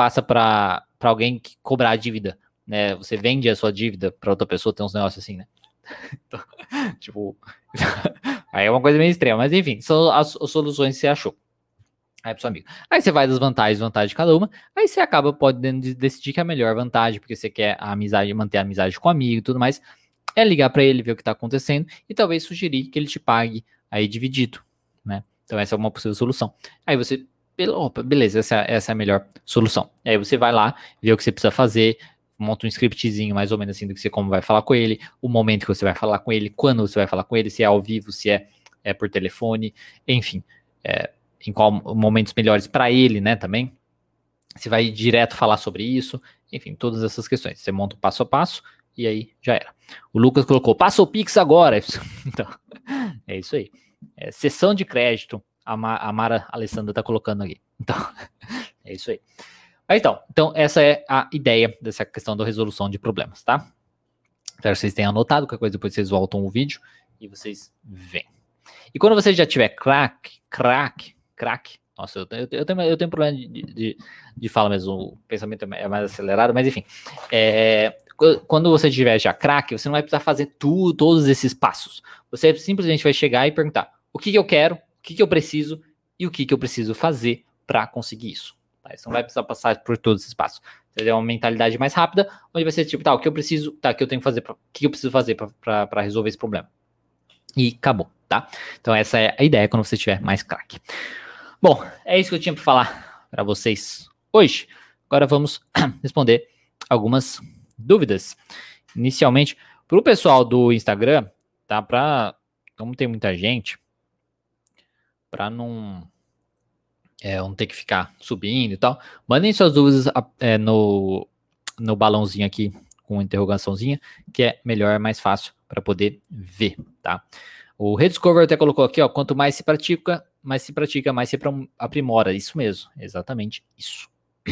alguém que cobrar a dívida, né? Você vende a sua dívida para outra pessoa, tem uns negócios assim, né? Então, tipo, aí é uma coisa meio extrema, mas enfim, são as soluções que você achou. Aí pro seu amigo. Aí você vai das vantagens de cada uma. Aí você acaba podendo decidir que é a melhor vantagem, porque você quer a amizade, manter a amizade com o amigo e tudo mais. É ligar para ele, ver o que tá acontecendo e talvez sugerir que ele te pague aí dividido, né? Então essa é uma possível solução. Aí você, opa, beleza, essa é a melhor solução. Aí você vai lá, vê o que você precisa fazer, monta um scriptzinho mais ou menos assim do que você como vai falar com ele, o momento que você vai falar com ele, quando você vai falar com ele, se é ao vivo, se é por telefone, enfim, em qual momentos melhores para ele, né, também. Você vai direto falar sobre isso, enfim, todas essas questões. Você monta o passo a passo e aí já era. O Lucas colocou, passa o Pix agora. Então, é isso aí. Sessão de crédito, a Mara Alessandra tá colocando aqui. Então, é isso aí. Mas então, essa é a ideia dessa questão da resolução de problemas, tá? Espero que vocês tenham anotado, qualquer coisa depois vocês voltam o vídeo e vocês veem. E quando você já tiver craque, nossa, eu tenho problema de fala mesmo, o pensamento é mais acelerado, mas enfim, quando você tiver já craque, você não vai precisar fazer todos esses passos, você simplesmente vai chegar e perguntar o que eu quero, o que eu preciso e o que eu preciso fazer para conseguir isso. Tá? Você não vai precisar passar por todos esses passos. Você tem uma mentalidade mais rápida, onde vai ser tipo, o que eu preciso, o que eu tenho que fazer, o que eu preciso fazer para resolver esse problema. E acabou, tá? Então essa é a ideia quando você tiver mais craque. Bom, é isso que eu tinha para falar para vocês hoje. Agora vamos responder algumas dúvidas. Inicialmente, para o pessoal do Instagram, tá? Como tem muita gente, para não ter que ficar subindo e tal, mandem suas dúvidas no balãozinho aqui com interrogaçãozinha, que é melhor, é mais fácil para poder ver, tá? O Rediscover até colocou aqui, ó, quanto mais se pratica, mais se aprimora. Isso mesmo, exatamente isso.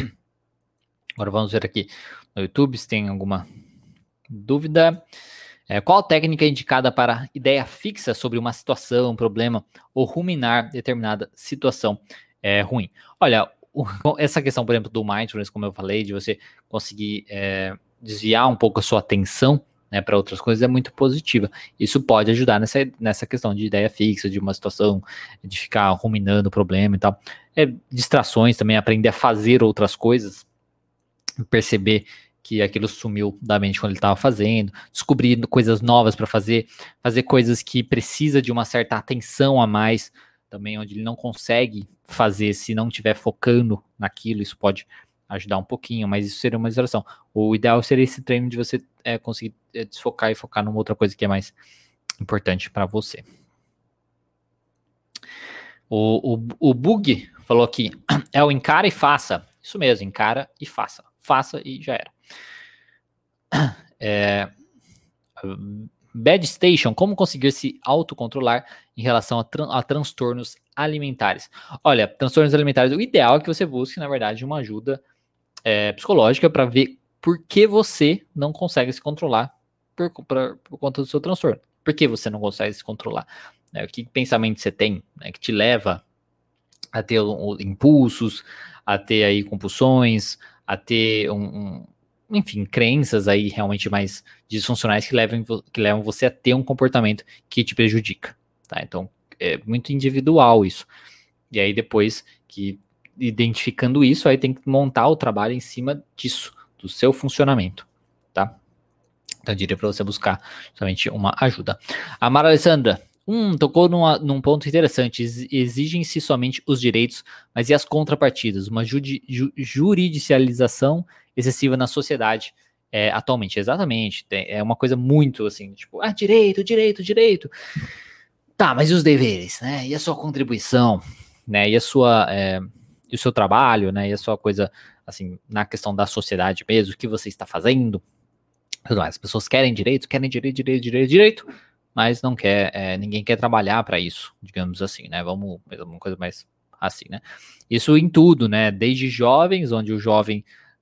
Agora vamos ver aqui no YouTube se tem alguma dúvida. Qual técnica é indicada para ideia fixa sobre uma situação, problema ou ruminar determinada situação ruim? Olha, essa questão, por exemplo, do mindfulness, como eu falei, de você conseguir desviar um pouco a sua atenção, né, para outras coisas, é muito positiva. Isso pode ajudar nessa questão de ideia fixa, de uma situação, de ficar ruminando o problema e tal. Distrações também, aprender a fazer outras coisas, perceber que aquilo sumiu da mente quando ele estava fazendo, descobrir coisas novas para fazer coisas que precisa de uma certa atenção a mais, também onde ele não consegue fazer se não estiver focando naquilo, isso pode ajudar um pouquinho, mas isso seria uma distração. O ideal seria esse treino de você conseguir desfocar e focar numa outra coisa que é mais importante para você. O Bug falou aqui, o encara e faça. Isso mesmo, encara e faça. Faça e já era. Bad Station, como conseguir se autocontrolar em relação a transtornos alimentares? Olha, transtornos alimentares, o ideal é que você busque, na verdade, uma ajuda psicológica para ver por que você não consegue se controlar por conta do seu transtorno. Por que você não consegue se controlar? Que pensamento você tem, né, que te leva a ter impulsos, a ter aí compulsões, a ter enfim, crenças aí realmente mais disfuncionais que levam você a ter um comportamento que te prejudica, tá? Então, é muito individual isso. E aí depois Que identificando isso, aí tem que montar o trabalho em cima disso, do seu funcionamento, tá? Então eu diria para você buscar somente uma ajuda. A Mara Alessandra, tocou num ponto interessante. Exigem-se somente os direitos, mas e as contrapartidas? Uma juridicialização excessiva na sociedade atualmente. Exatamente. É uma coisa muito assim, tipo, direito, direito, direito. Tá, mas e os deveres, né? E a sua contribuição, né? E o seu trabalho, né? E a sua coisa, assim, na questão da sociedade mesmo, o que você está fazendo? As pessoas querem direito, mas não quer, ninguém quer trabalhar para isso, digamos assim, né? Vamos, uma coisa mais assim, né? Isso em tudo, né? Desde jovens, onde o jovem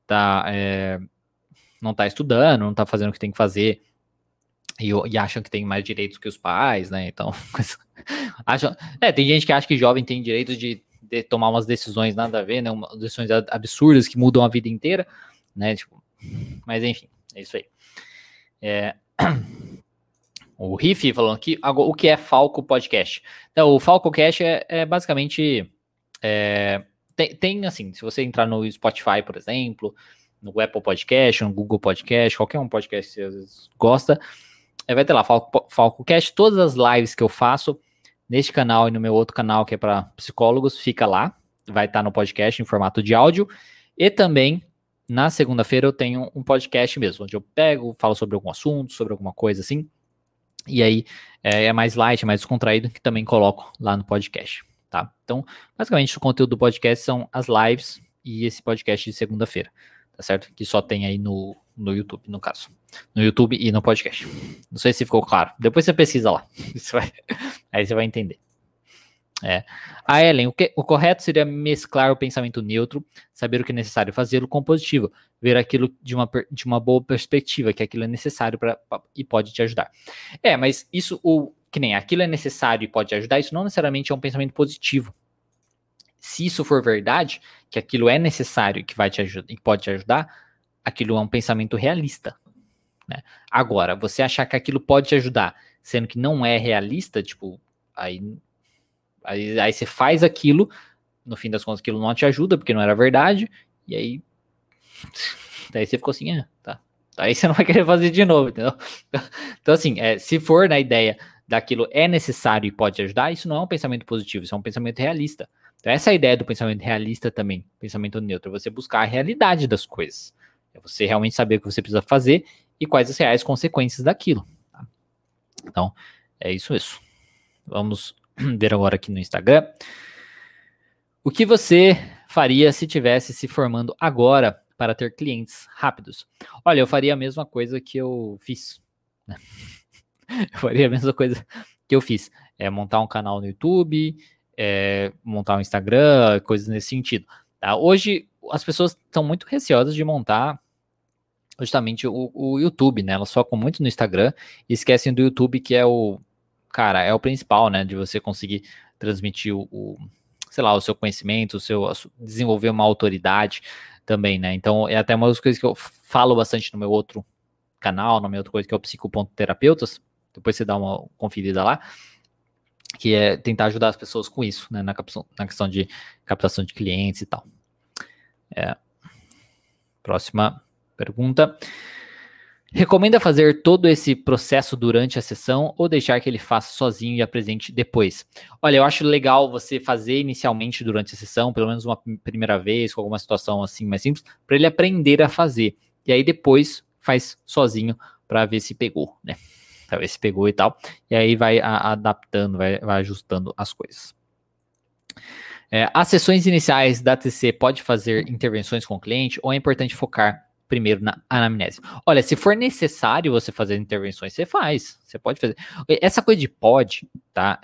não está estudando, não está fazendo o que tem que fazer e acham que tem mais direitos que os pais, né? Então, tem gente que acha que jovem tem direito de tomar umas decisões nada a ver, né? Decisões absurdas que mudam a vida inteira, né? Tipo, mas enfim, é isso aí. O Riff falando aqui, o que é Falco Podcast? Então, o Falco Cast é basicamente tem assim, se você entrar no Spotify, por exemplo, no Apple Podcast, no Google Podcast, qualquer um podcast que você às vezes gosta, vai ter lá Falco Cast, todas as lives que eu faço neste canal e no meu outro canal que é para psicólogos, fica lá, vai estar no podcast em formato de áudio, e também na segunda-feira eu tenho um podcast mesmo, onde eu falo sobre algum assunto, sobre alguma coisa assim, e aí é mais light, mais descontraído, que também coloco lá no podcast, tá? Então, basicamente o conteúdo do podcast são as lives e esse podcast de segunda-feira, tá certo? Que só tem aí no YouTube, no caso. No YouTube e no podcast. Não sei se ficou claro. Depois você pesquisa lá. Aí você vai entender. A Ellen, o correto seria mesclar o pensamento neutro, saber o que é necessário fazê-lo com o positivo, ver aquilo de uma boa perspectiva, que aquilo é necessário e pode te ajudar. Mas isso, que nem aquilo é necessário e pode te ajudar, isso não necessariamente é um pensamento positivo. Se isso for verdade, que aquilo é necessário e que vai te ajudar e pode te ajudar, aquilo é um pensamento realista, né? Agora, você achar que aquilo pode te ajudar, sendo que não é realista, tipo, aí você faz aquilo, no fim das contas aquilo não te ajuda, porque não era verdade, e aí daí você ficou assim, tá. Aí você não vai querer fazer de novo, entendeu? Então assim, se for na ideia daquilo é necessário e pode te ajudar, isso não é um pensamento positivo, isso é um pensamento realista. Então essa é a ideia do pensamento realista também, pensamento neutro, é você buscar a realidade das coisas. É você realmente saber o que você precisa fazer e quais as reais consequências daquilo. Tá? Então, é isso. Vamos ver agora aqui no Instagram. O que você faria se estivesse se formando agora para ter clientes rápidos? Olha, eu faria a mesma coisa que eu fiz. Né? Eu faria a mesma coisa que eu fiz. Montar um canal no YouTube, montar um Instagram, coisas nesse sentido. Tá? Hoje, as pessoas estão muito receosas de montar justamente o YouTube, né? Elas focam muito no Instagram e esquecem do YouTube, que é o principal, né? De você conseguir transmitir sei lá, o seu conhecimento, desenvolver uma autoridade também, né? Então, é até uma das coisas que eu falo bastante no meu outro canal, na minha outra coisa que é o Psico.terapeutas, depois você dá uma conferida lá, que é tentar ajudar as pessoas com isso, né? Na questão de captação de clientes e tal. Próxima pergunta. Recomenda fazer todo esse processo durante a sessão ou deixar que ele faça sozinho e apresente depois? Olha, eu acho legal você fazer inicialmente durante a sessão, pelo menos uma primeira vez, com alguma situação assim mais simples, para ele aprender a fazer. E aí depois faz sozinho para ver se pegou, né? Para ver se pegou e tal. E aí vai adaptando, vai ajustando as coisas. As sessões iniciais da TC pode fazer intervenções com o cliente ou é importante focar primeiro na anamnese? Olha, se for necessário você fazer intervenções, você faz. Você pode fazer. Essa coisa de pode, tá?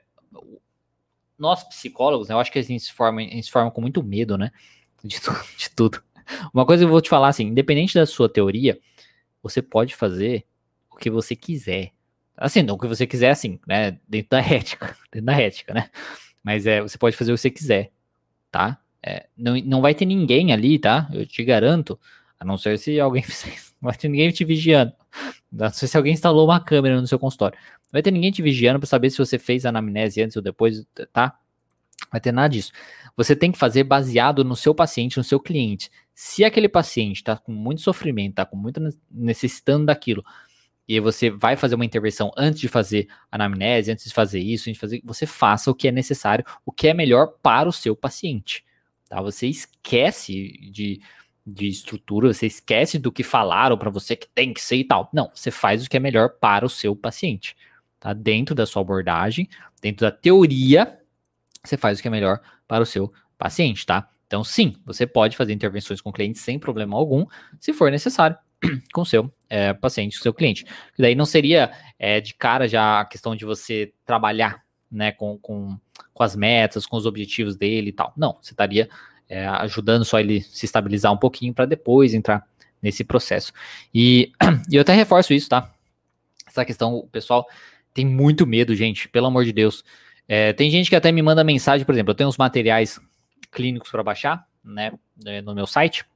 Nós psicólogos, né, eu acho que a gente se forma com muito medo, né? De tudo. Uma coisa que eu vou te falar assim, independente da sua teoria, você pode fazer o que você quiser. Assim, não o que você quiser, assim, né? Dentro da ética, né? Mas você pode fazer o que você quiser, tá? Não vai ter ninguém ali, tá? Eu te garanto. A não ser se alguém fizer isso. Não vai ter ninguém te vigiando. Não sei se alguém instalou uma câmera no seu consultório. Não vai ter ninguém te vigiando para saber se você fez a anamnese antes ou depois, tá? vai ter nada disso. Você tem que fazer baseado no seu paciente, no seu cliente. Se aquele paciente está com muito sofrimento, está com muito necessitando daquilo, e aí você vai fazer uma intervenção antes de fazer anamnese, antes de fazer isso, você faça o que é necessário, o que é melhor para o seu paciente. Tá? Você esquece de estrutura, você esquece do que falaram para você que tem que ser e tal. Não, você faz o que é melhor para o seu paciente. Tá? Dentro da sua abordagem, dentro da teoria, você faz o que é melhor para o seu paciente, tá? Então, sim, você pode fazer intervenções com clientes sem problema algum, se for necessário, com o seu paciente, com o seu cliente. E daí não seria de cara já a questão de você trabalhar, né, com as metas, com os objetivos dele e tal. Não, você estaria ajudando só ele se estabilizar um pouquinho para depois entrar nesse processo. E eu até reforço isso, tá? Essa questão, o pessoal tem muito medo, gente, pelo amor de Deus. Tem gente que até me manda mensagem, por exemplo, eu tenho uns materiais clínicos para baixar, né, no meu site,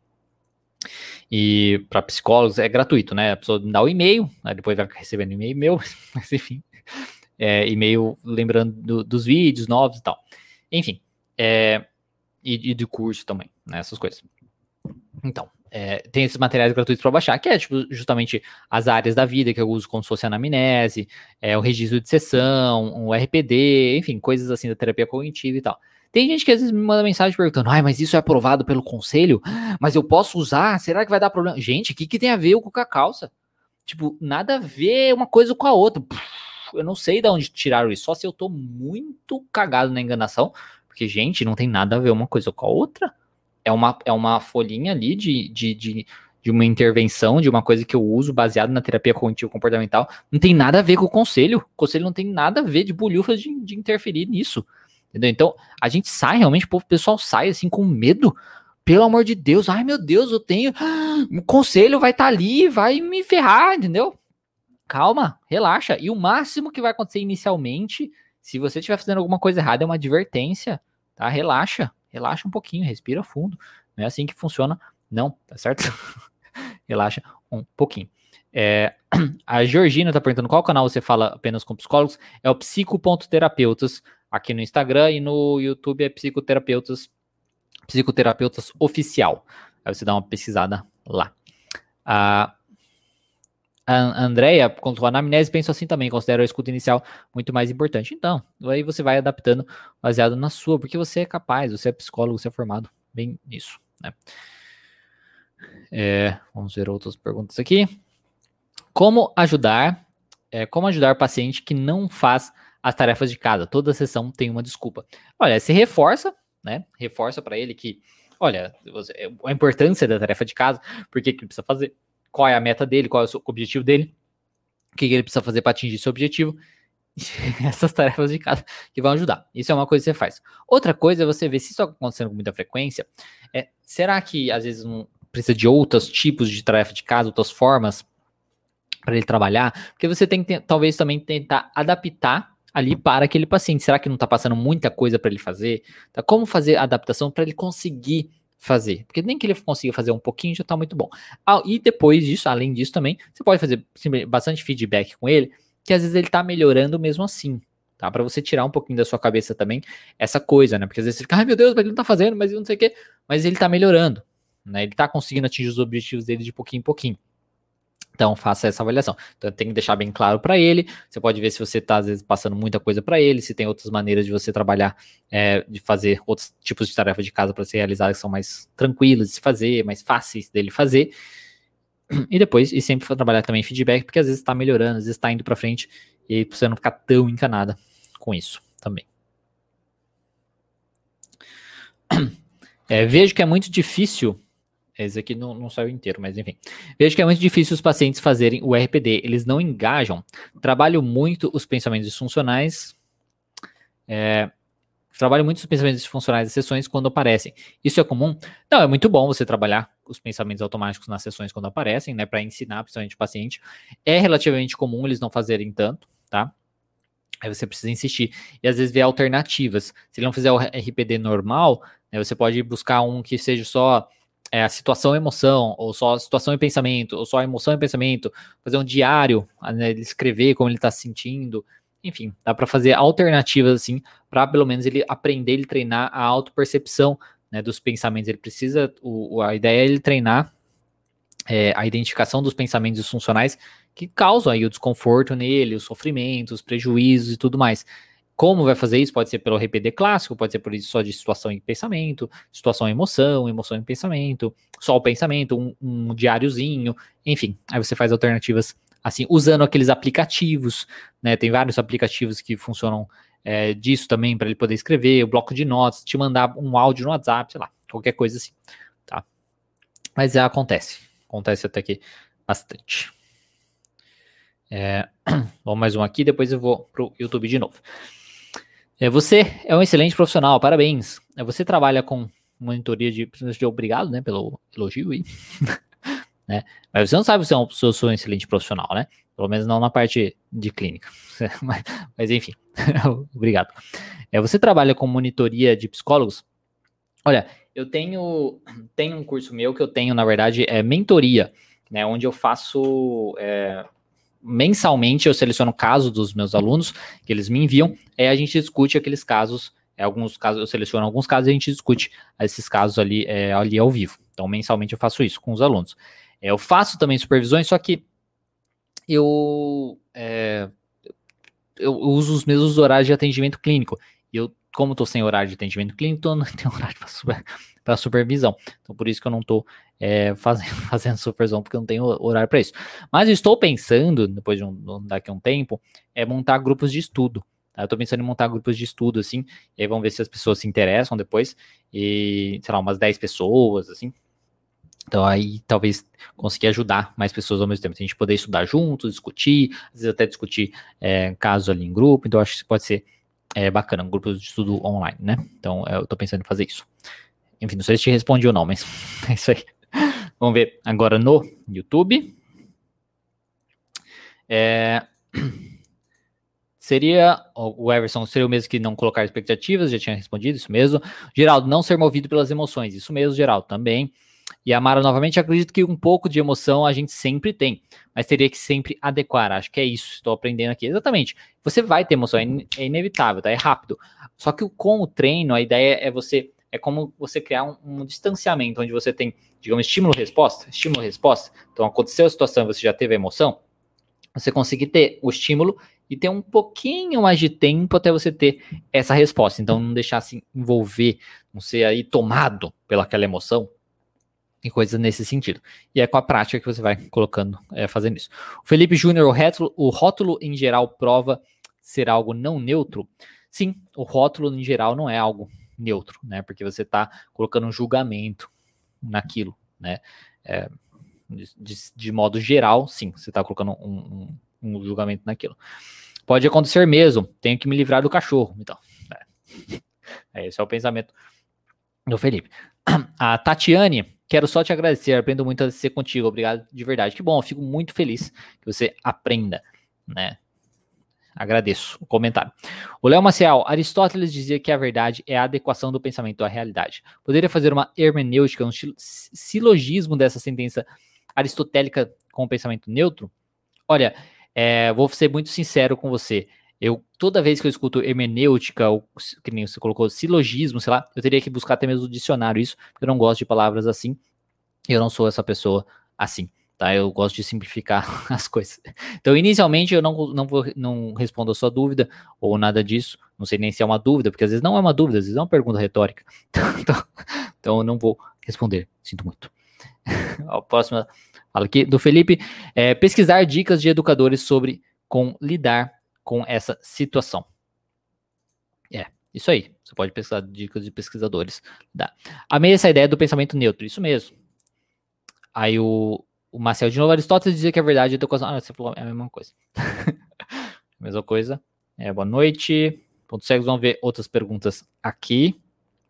e para psicólogos é gratuito, né, a pessoa me dá o e-mail, aí depois vai recebendo e-mail meu, mas enfim, e-mail lembrando dos vídeos novos e tal, enfim, e do curso também, né, essas coisas. Então, tem esses materiais gratuitos para baixar, que é tipo, justamente as áreas da vida que eu uso como se fosse anamnese, o registro de sessão, o RPD, enfim, coisas assim da terapia cognitiva e tal. Tem gente que às vezes me manda mensagem perguntando, mas isso é aprovado pelo conselho? Mas eu posso usar? Será que vai dar problema? Gente, o que tem a ver com a calça? Tipo, nada a ver uma coisa com a outra. Eu não sei de onde tiraram isso, só se eu tô muito cagado na enganação, porque, gente, não tem nada a ver uma coisa com a outra. É uma folhinha ali de uma intervenção, de uma coisa que eu uso baseado na terapia cognitivo-comportamental. Não tem nada a ver com o conselho. O conselho não tem nada a ver de bolhufas de interferir nisso. Entendeu? Então, a gente sai realmente, o pessoal sai assim com medo. Pelo amor de Deus, ai meu Deus, eu tenho. O conselho vai estar ali, vai me ferrar, entendeu? Calma, relaxa. E o máximo que vai acontecer inicialmente, se você estiver fazendo alguma coisa errada, é uma advertência, tá? Relaxa um pouquinho, respira fundo. Não é assim que funciona, não, tá certo? Relaxa um pouquinho. A Georgina tá perguntando qual canal você fala apenas com psicólogos. É o psico.terapeutas aqui no Instagram, e no YouTube é psicoterapeutas oficial. Aí você dá uma pesquisada lá. A Andrea, quanto à anamnese, penso assim também, considero a escuta inicial muito mais importante. Então, aí você vai adaptando baseado na sua, porque você é capaz, você é psicólogo, você é formado bem nisso, né? Vamos ver outras perguntas aqui. Como ajudar paciente que não faz as tarefas de casa? Toda sessão tem uma desculpa. Olha, você reforça, né? Reforça para ele que, olha, a importância da tarefa de casa, por que ele precisa fazer, qual é a meta dele, qual é o objetivo dele, o que ele precisa fazer para atingir esse objetivo. Essas tarefas de casa que vão ajudar. Isso é uma coisa que você faz. Outra coisa é você ver se isso está acontecendo com muita frequência. Será que às vezes não precisa de outros tipos de tarefa de casa, outras formas para ele trabalhar? Porque você tem que talvez também tentar adaptar ali para aquele paciente. Será que não está passando muita coisa para ele fazer? Tá? Como fazer a adaptação para ele conseguir fazer? Porque nem que ele consiga fazer um pouquinho já está muito bom. E depois disso, além disso também, você pode fazer bastante feedback com ele, que às vezes ele tá melhorando mesmo assim, tá? Pra você tirar um pouquinho da sua cabeça também essa coisa, né? Porque às vezes você fica, ai meu Deus, mas ele não tá fazendo, mas eu não sei o quê. Mas ele tá melhorando, né? Ele tá conseguindo atingir os objetivos dele de pouquinho em pouquinho. Então, faça essa avaliação. Então, tem que deixar bem claro para ele. Você pode ver se você está, às vezes, passando muita coisa para ele, se tem outras maneiras de você trabalhar, de fazer outros tipos de tarefa de casa para ser realizadas que são mais tranquilas de se fazer, mais fáceis dele fazer. E depois, e sempre trabalhar também feedback, porque às vezes está melhorando, às vezes está indo para frente, e aí você não ficar tão encanada com isso também. Vejo que é muito difícil. Esse aqui não saiu inteiro, mas enfim. Vejo que é muito difícil os pacientes fazerem o RPD. Eles não engajam. Trabalho muito os pensamentos disfuncionais. Trabalho muito os pensamentos disfuncionais das sessões quando aparecem. Isso é comum? Não, é muito bom você trabalhar os pensamentos automáticos nas sessões quando aparecem, né? Para ensinar, principalmente o paciente. É relativamente comum eles não fazerem tanto, tá? Aí você precisa insistir. E às vezes ver alternativas. Se ele não fizer o RPD normal, né, você pode buscar um que seja só a situação e emoção, ou só a situação e pensamento, ou só a emoção e pensamento, fazer um diário, né, ele escrever como ele está se sentindo, Enfim, dá para fazer alternativas assim, para pelo menos ele aprender, ele treinar a autopercepção, né, dos pensamentos. Ele precisa, a ideia é ele treinar a identificação dos pensamentos disfuncionais que causam aí o desconforto nele, o sofrimento, os prejuízos e tudo mais. Como vai fazer isso? Pode ser pelo RPD clássico, pode ser por isso só de situação em pensamento, situação em emoção, emoção em pensamento, só o pensamento, um diáriozinho, enfim. Aí você faz alternativas assim, usando aqueles aplicativos, né? Tem vários aplicativos que funcionam disso também, para ele poder escrever, o bloco de notas, te mandar um áudio no WhatsApp, sei lá, qualquer coisa assim, tá? Mas acontece até aqui bastante. Vamos mais um aqui, depois eu vou pro YouTube de novo. Você é um excelente profissional, parabéns. Você trabalha com monitoria de obrigado, né, pelo elogio aí. Né? Mas você não sabe se eu sou um excelente profissional, né? Pelo menos não na parte de clínica. Mas enfim, obrigado. Você trabalha com monitoria de psicólogos? Olha, eu tenho um curso meu que eu tenho, na verdade, mentoria, né? Onde eu faço mensalmente, eu seleciono casos dos meus alunos que eles me enviam, a gente discute aqueles casos, alguns casos, eu seleciono alguns casos e a gente discute esses casos ali ao vivo. Então, mensalmente eu faço isso com os alunos. Eu faço também supervisões, só que eu uso os mesmos horários de atendimento clínico. E eu, como estou sem horário de atendimento clínico, então não tenho horário para supervisão. Então, por isso que eu não estou fazendo supervisão, porque eu não tenho horário para isso. Mas eu estou pensando, depois daqui a um tempo, montar grupos de estudo. Tá? Eu estou pensando em montar grupos de estudo, assim, e aí vamos ver se as pessoas se interessam depois. E, sei lá, umas 10 pessoas, assim. Então, aí, talvez conseguir ajudar mais pessoas ao mesmo tempo. A gente poder estudar juntos, discutir, às vezes até discutir casos ali em grupo. Então, acho que isso pode ser bacana, um grupo de estudo online, né? Então, eu tô pensando em fazer isso. Enfim, não sei se te respondi ou não, mas é isso aí. Vamos ver agora no YouTube. O Everson seria o mesmo que não colocar expectativas, já tinha respondido, isso mesmo. Geraldo, não ser movido pelas emoções, isso mesmo, Geraldo, também. E a Mara, novamente, acredito que um pouco de emoção a gente sempre tem, mas teria que sempre adequar, acho que é isso, estou aprendendo aqui. Exatamente, você vai ter emoção, é inevitável, tá? É rápido. Só que com o treino, a ideia é como você criar um distanciamento, onde você tem, digamos, estímulo-resposta. Então, aconteceu a situação e você já teve a emoção, você conseguir ter o estímulo e ter um pouquinho mais de tempo até você ter essa resposta. Então, não deixar se envolver, não ser aí tomado pelaquela emoção, e coisas nesse sentido. E é com a prática que você vai colocando, fazendo isso. O Felipe Júnior, o rótulo em geral prova ser algo não neutro? Sim, o rótulo em geral não é algo neutro, né? Porque você está colocando um julgamento naquilo, né? De modo geral, sim, você está colocando um julgamento naquilo. Pode acontecer mesmo, tenho que me livrar do cachorro. Então, esse é o pensamento do Felipe. A Tatiane, quero só te agradecer, aprendo muito a ser contigo, obrigado de verdade. Que bom, eu fico muito feliz que você aprenda, né? Agradeço o comentário. O Léo Maciel, Aristóteles dizia que a verdade é a adequação do pensamento à realidade. Poderia fazer uma hermenêutica, um silogismo dessa sentença aristotélica com o pensamento neutro? Olha, vou ser muito sincero com você. Toda vez que eu escuto hermenêutica, ou que nem você colocou, silogismo, sei lá, eu teria que buscar até mesmo no dicionário isso, porque eu não gosto de palavras assim, eu não sou essa pessoa assim, tá? Eu gosto de simplificar as coisas. Então, inicialmente, eu não respondo a sua dúvida, ou nada disso, não sei nem se é uma dúvida, porque às vezes não é uma dúvida, às vezes é uma pergunta retórica. Então eu não vou responder, sinto muito. A próxima fala aqui, do Felipe, pesquisar dicas de educadores sobre lidar com essa situação. Isso aí. Você pode pesquisar dicas de pesquisadores. Amei essa ideia do pensamento neutro. Isso mesmo. Aí o Marcel, de novo, Aristóteles dizia que a verdade é a educação. Você falou a mesma coisa. Mesma coisa. Boa noite. Ponto cegos, vamos ver outras perguntas aqui.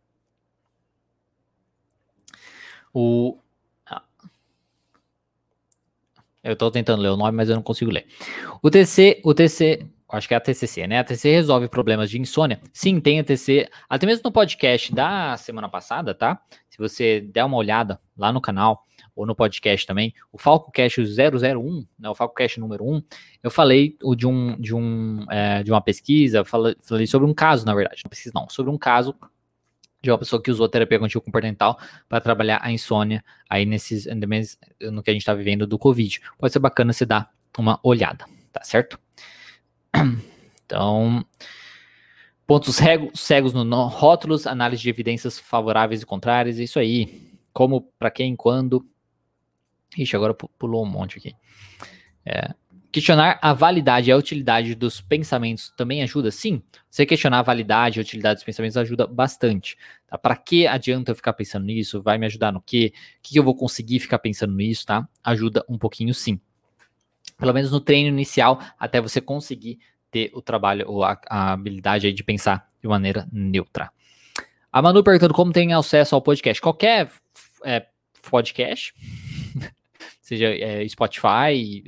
Eu tô tentando ler o nome, mas eu não consigo ler. O TC, acho que é a TCC, né? A TCC resolve problemas de insônia? Sim, tem a TCC, até mesmo no podcast da semana passada, tá? Se você der uma olhada lá no canal, ou no podcast também, o FalcoCast 001, né, o FalcoCast número 1, eu falei de uma pesquisa, falei sobre um caso, na verdade, não pesquisa não, sobre um caso de uma pessoa que usou terapia cognitivo-comportamental para trabalhar a insônia aí no que a gente está vivendo do Covid. Pode ser bacana você dar uma olhada, tá certo? Então, pontos cegos no rótulos, análise de evidências favoráveis e contrárias, isso aí. Como, para quem, quando. Ixi, agora pulou um monte aqui. Questionar a validade e a utilidade dos pensamentos também ajuda? Sim. Você questionar a validade e a utilidade dos pensamentos ajuda bastante. Tá? Para que adianta eu ficar pensando nisso? Vai me ajudar no quê? O que eu vou conseguir ficar pensando nisso? Tá? Ajuda um pouquinho, sim. Pelo menos no treino inicial, até você conseguir ter o trabalho ou a habilidade aí de pensar de maneira neutra. A Manu perguntando como tem acesso ao podcast. Qualquer podcast, seja Spotify,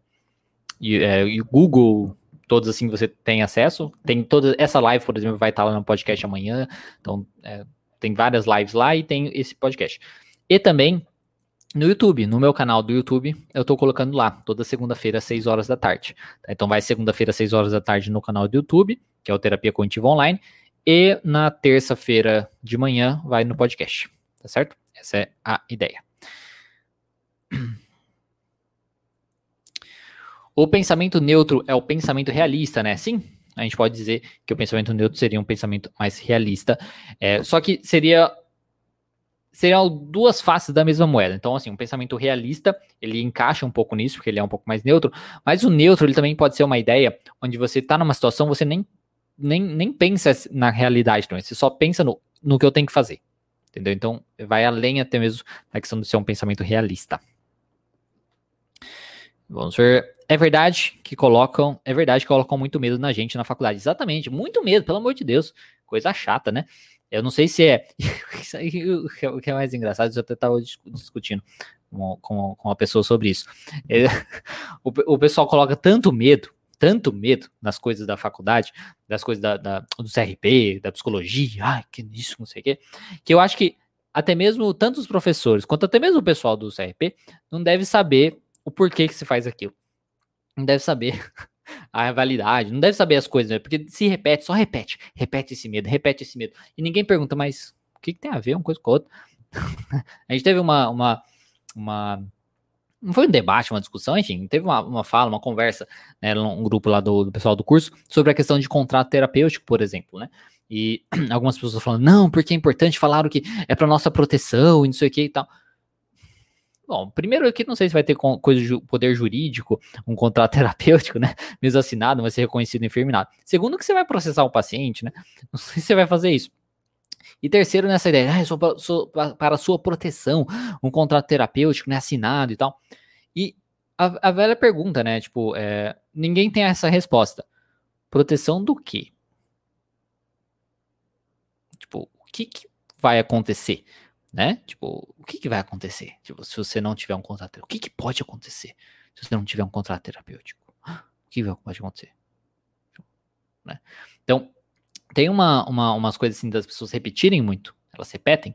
e Google, todos assim você tem acesso. Tem toda essa live, por exemplo, vai estar lá no podcast amanhã. Então, tem várias lives lá e tem esse podcast. E também no YouTube, no meu canal do YouTube, eu tô colocando lá, toda segunda-feira, às 6 horas da tarde. Tá? Então vai segunda-feira, às 6 horas da tarde no canal do YouTube, que é o Terapia Cognitiva Online, e na terça-feira de manhã vai no podcast, tá certo? Essa é a ideia. O pensamento neutro é o pensamento realista, né? Sim, a gente pode dizer que o pensamento neutro seria um pensamento mais realista, só que seriam duas faces da mesma moeda. Então, assim, um pensamento realista, ele encaixa um pouco nisso, porque ele é um pouco mais neutro, mas o neutro, ele também pode ser uma ideia onde você tá numa situação, você nem pensa na realidade, não. Você só pensa no que eu tenho que fazer, entendeu? Então, vai além até mesmo da questão de ser um pensamento realista. Vamos ver. É verdade que colocam muito medo na gente na faculdade. Exatamente, muito medo, pelo amor de Deus. Coisa chata, né? Eu não sei se é. O que é mais engraçado, eu até estava discutindo com uma pessoa sobre isso. O pessoal coloca tanto medo nas coisas da faculdade, das coisas do CRP, da psicologia, que isso, não sei o quê, que eu acho que até mesmo tanto os professores quanto até mesmo o pessoal do CRP não deve saber o porquê que se faz aquilo. Não deve saber a validade, não deve saber as coisas, né? Porque se repete, só repete esse medo. E ninguém pergunta, mas o que tem a ver uma coisa com a outra? A gente teve uma não foi um debate, uma discussão, enfim, teve uma fala, uma conversa, né, um grupo lá do pessoal do curso, sobre a questão de contrato terapêutico, por exemplo, né? E algumas pessoas falando, não, porque é importante, falaram que é para nossa proteção e não sei o que e tal. Bom, primeiro aqui não sei se vai ter coisa de poder jurídico, um contrato terapêutico, né? Mesmo assinado, vai ser reconhecido enferminado. Segundo, que você vai processar o paciente, né? Não sei se você vai fazer isso. E terceiro, nessa ideia, para sua proteção, um contrato terapêutico, né? Assinado e tal. E a velha pergunta, né? Tipo, ninguém tem essa resposta. Proteção do quê? Tipo, o que vai acontecer? Né? Tipo, o que vai acontecer? Tipo, se você não tiver um contrato terapêutico? O que pode acontecer se você não tiver um contrato terapêutico? O que pode acontecer? Né? Então, tem umas coisas assim das pessoas repetirem muito. Elas repetem.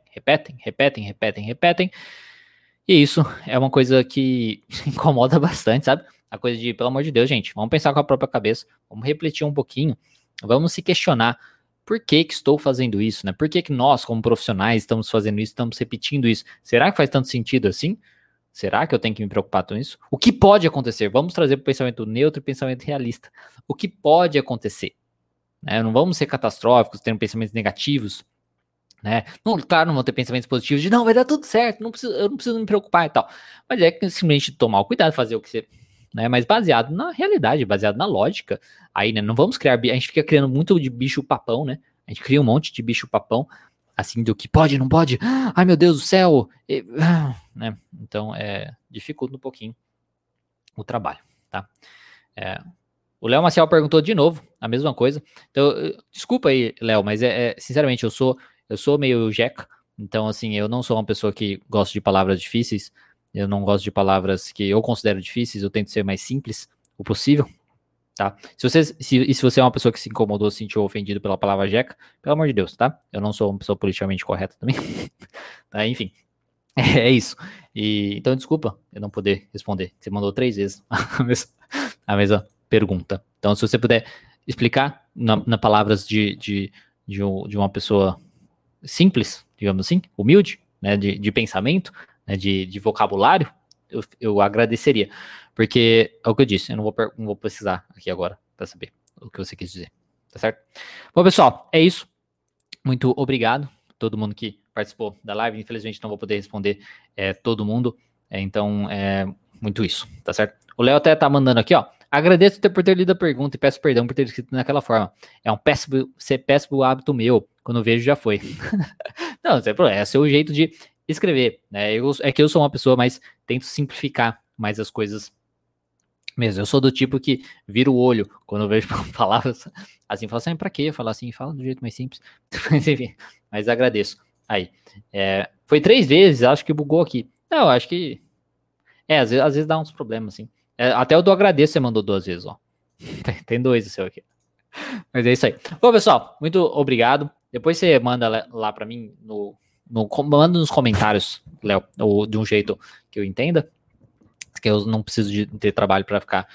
E isso é uma coisa que incomoda bastante, sabe? A coisa de, pelo amor de Deus, gente, vamos pensar com a própria cabeça. Vamos refletir um pouquinho. Vamos se questionar. Por que estou fazendo isso, né? Por que nós, como profissionais, estamos fazendo isso, estamos repetindo isso? Será que faz tanto sentido assim? Será que eu tenho que me preocupar com isso? O que pode acontecer? Vamos trazer para o pensamento neutro e pensamento realista. O que pode acontecer? Né? Não vamos ser catastróficos, tendo pensamentos negativos, né? Não, claro, não vão ter pensamentos positivos de não, vai dar tudo certo, eu não preciso me preocupar e tal. Mas é que simplesmente tomar o cuidado, fazer o que você... Né, mas baseado na realidade, baseado na lógica. Aí, né, não vamos criar... A gente fica criando muito de bicho-papão, né? A gente cria um monte de bicho-papão, assim, do que pode, não pode. Ai, meu Deus do céu! Né? Então, dificulta um pouquinho o trabalho, tá? O Léo Maciel perguntou de novo a mesma coisa. Então, desculpa aí, Léo, mas sinceramente, eu sou meio jeca. Então, assim, eu não sou uma pessoa que gosta de palavras difíceis. Eu não gosto de palavras que eu considero difíceis, eu tento ser mais simples o possível, tá? Se você é uma pessoa que se incomodou, se sentiu ofendido pela palavra jeca, pelo amor de Deus, tá? Eu não sou uma pessoa politicamente correta também. Tá? Enfim. É isso. Então, desculpa eu não poder responder. Você mandou 3 vezes a mesma pergunta. Então, se você puder explicar na palavras de uma pessoa simples, digamos assim, humilde, né, de pensamento, né, de vocabulário, eu agradeceria. Porque é o que eu disse, eu não vou precisar aqui agora para saber o que você quis dizer. Tá certo? Bom, pessoal, é isso. Muito obrigado a todo mundo que participou da live. Infelizmente não vou poder responder todo mundo. Então, muito isso, tá certo? O Léo até tá mandando aqui, ó. Agradeço por ter lido a pergunta e peço perdão por ter escrito daquela forma. É um péssimo hábito meu. Quando vejo, já foi. Não, é seu jeito de escrever, né? É que eu sou uma pessoa, mas tento simplificar mais as coisas mesmo. Eu sou do tipo que vira o olho quando eu vejo palavras assim, falo assim, pra quê? Falar assim, fala do jeito mais simples. Mas enfim, mas agradeço. Aí, foi 3 vezes, acho que bugou aqui. Não, acho que, às vezes dá uns problemas, assim. Até o do agradeço você mandou 2 vezes, ó. Tem 2 o seu aqui. Mas é isso aí. Bom, pessoal, muito obrigado. Depois você manda lá pra mim, manda nos comentários, Léo, ou de um jeito que eu entenda, que eu não preciso de ter trabalho para ficar,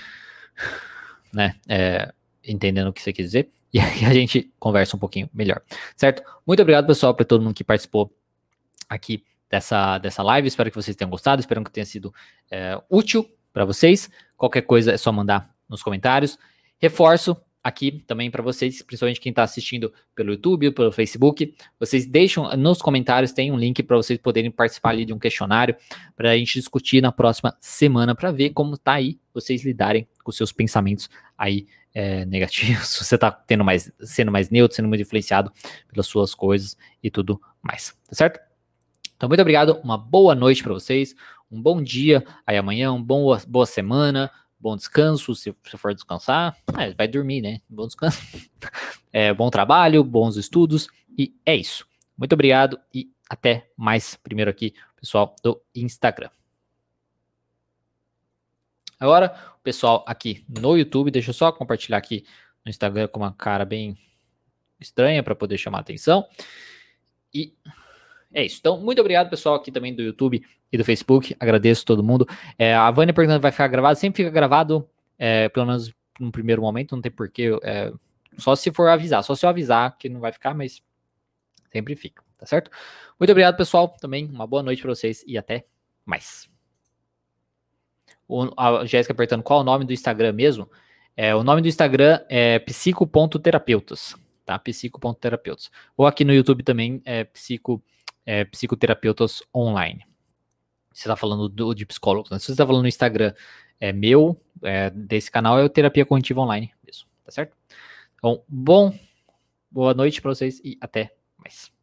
né, entendendo o que você quer dizer, e aí a gente conversa um pouquinho melhor, certo? Muito obrigado, pessoal, para todo mundo que participou aqui dessa live, espero que vocês tenham gostado, espero que tenha sido útil para vocês. Qualquer coisa é só mandar nos comentários. Reforço aqui também para vocês, principalmente quem está assistindo pelo YouTube, pelo Facebook, vocês deixam nos comentários, tem um link para vocês poderem participar ali de um questionário para a gente discutir na próxima semana para ver como tá aí vocês lidarem com seus pensamentos aí negativos, se você está sendo mais neutro, sendo muito influenciado pelas suas coisas e tudo mais, tá certo? Então, muito obrigado, uma boa noite para vocês, um bom dia aí amanhã, boa semana, bom descanso, se você for descansar, vai dormir, né? Bom descanso, bom trabalho, bons estudos, e é isso. Muito obrigado e até mais, primeiro aqui, pessoal do Instagram. Agora, o pessoal aqui no YouTube, deixa eu só compartilhar aqui no Instagram com uma cara bem estranha para poder chamar a atenção. E é isso. Então, muito obrigado, pessoal, aqui também do YouTube e do Facebook. Agradeço todo mundo. A Vânia perguntando vai ficar gravado. Sempre fica gravado, pelo menos no primeiro momento. Não tem porquê. Só se for avisar. Só se eu avisar que não vai ficar, mas sempre fica. Tá certo? Muito obrigado, pessoal. Também uma boa noite para vocês e até mais. A Jéssica perguntando qual é o nome do Instagram mesmo. O nome do Instagram é psico.terapeutas. Tá? Psico.terapeutas. Ou aqui no YouTube também é psicoterapeutas online. Você está falando de psicólogos, né? Se você está falando no Instagram desse canal é o Terapia Cognitiva Online mesmo, tá certo? Então, boa noite para vocês e até mais.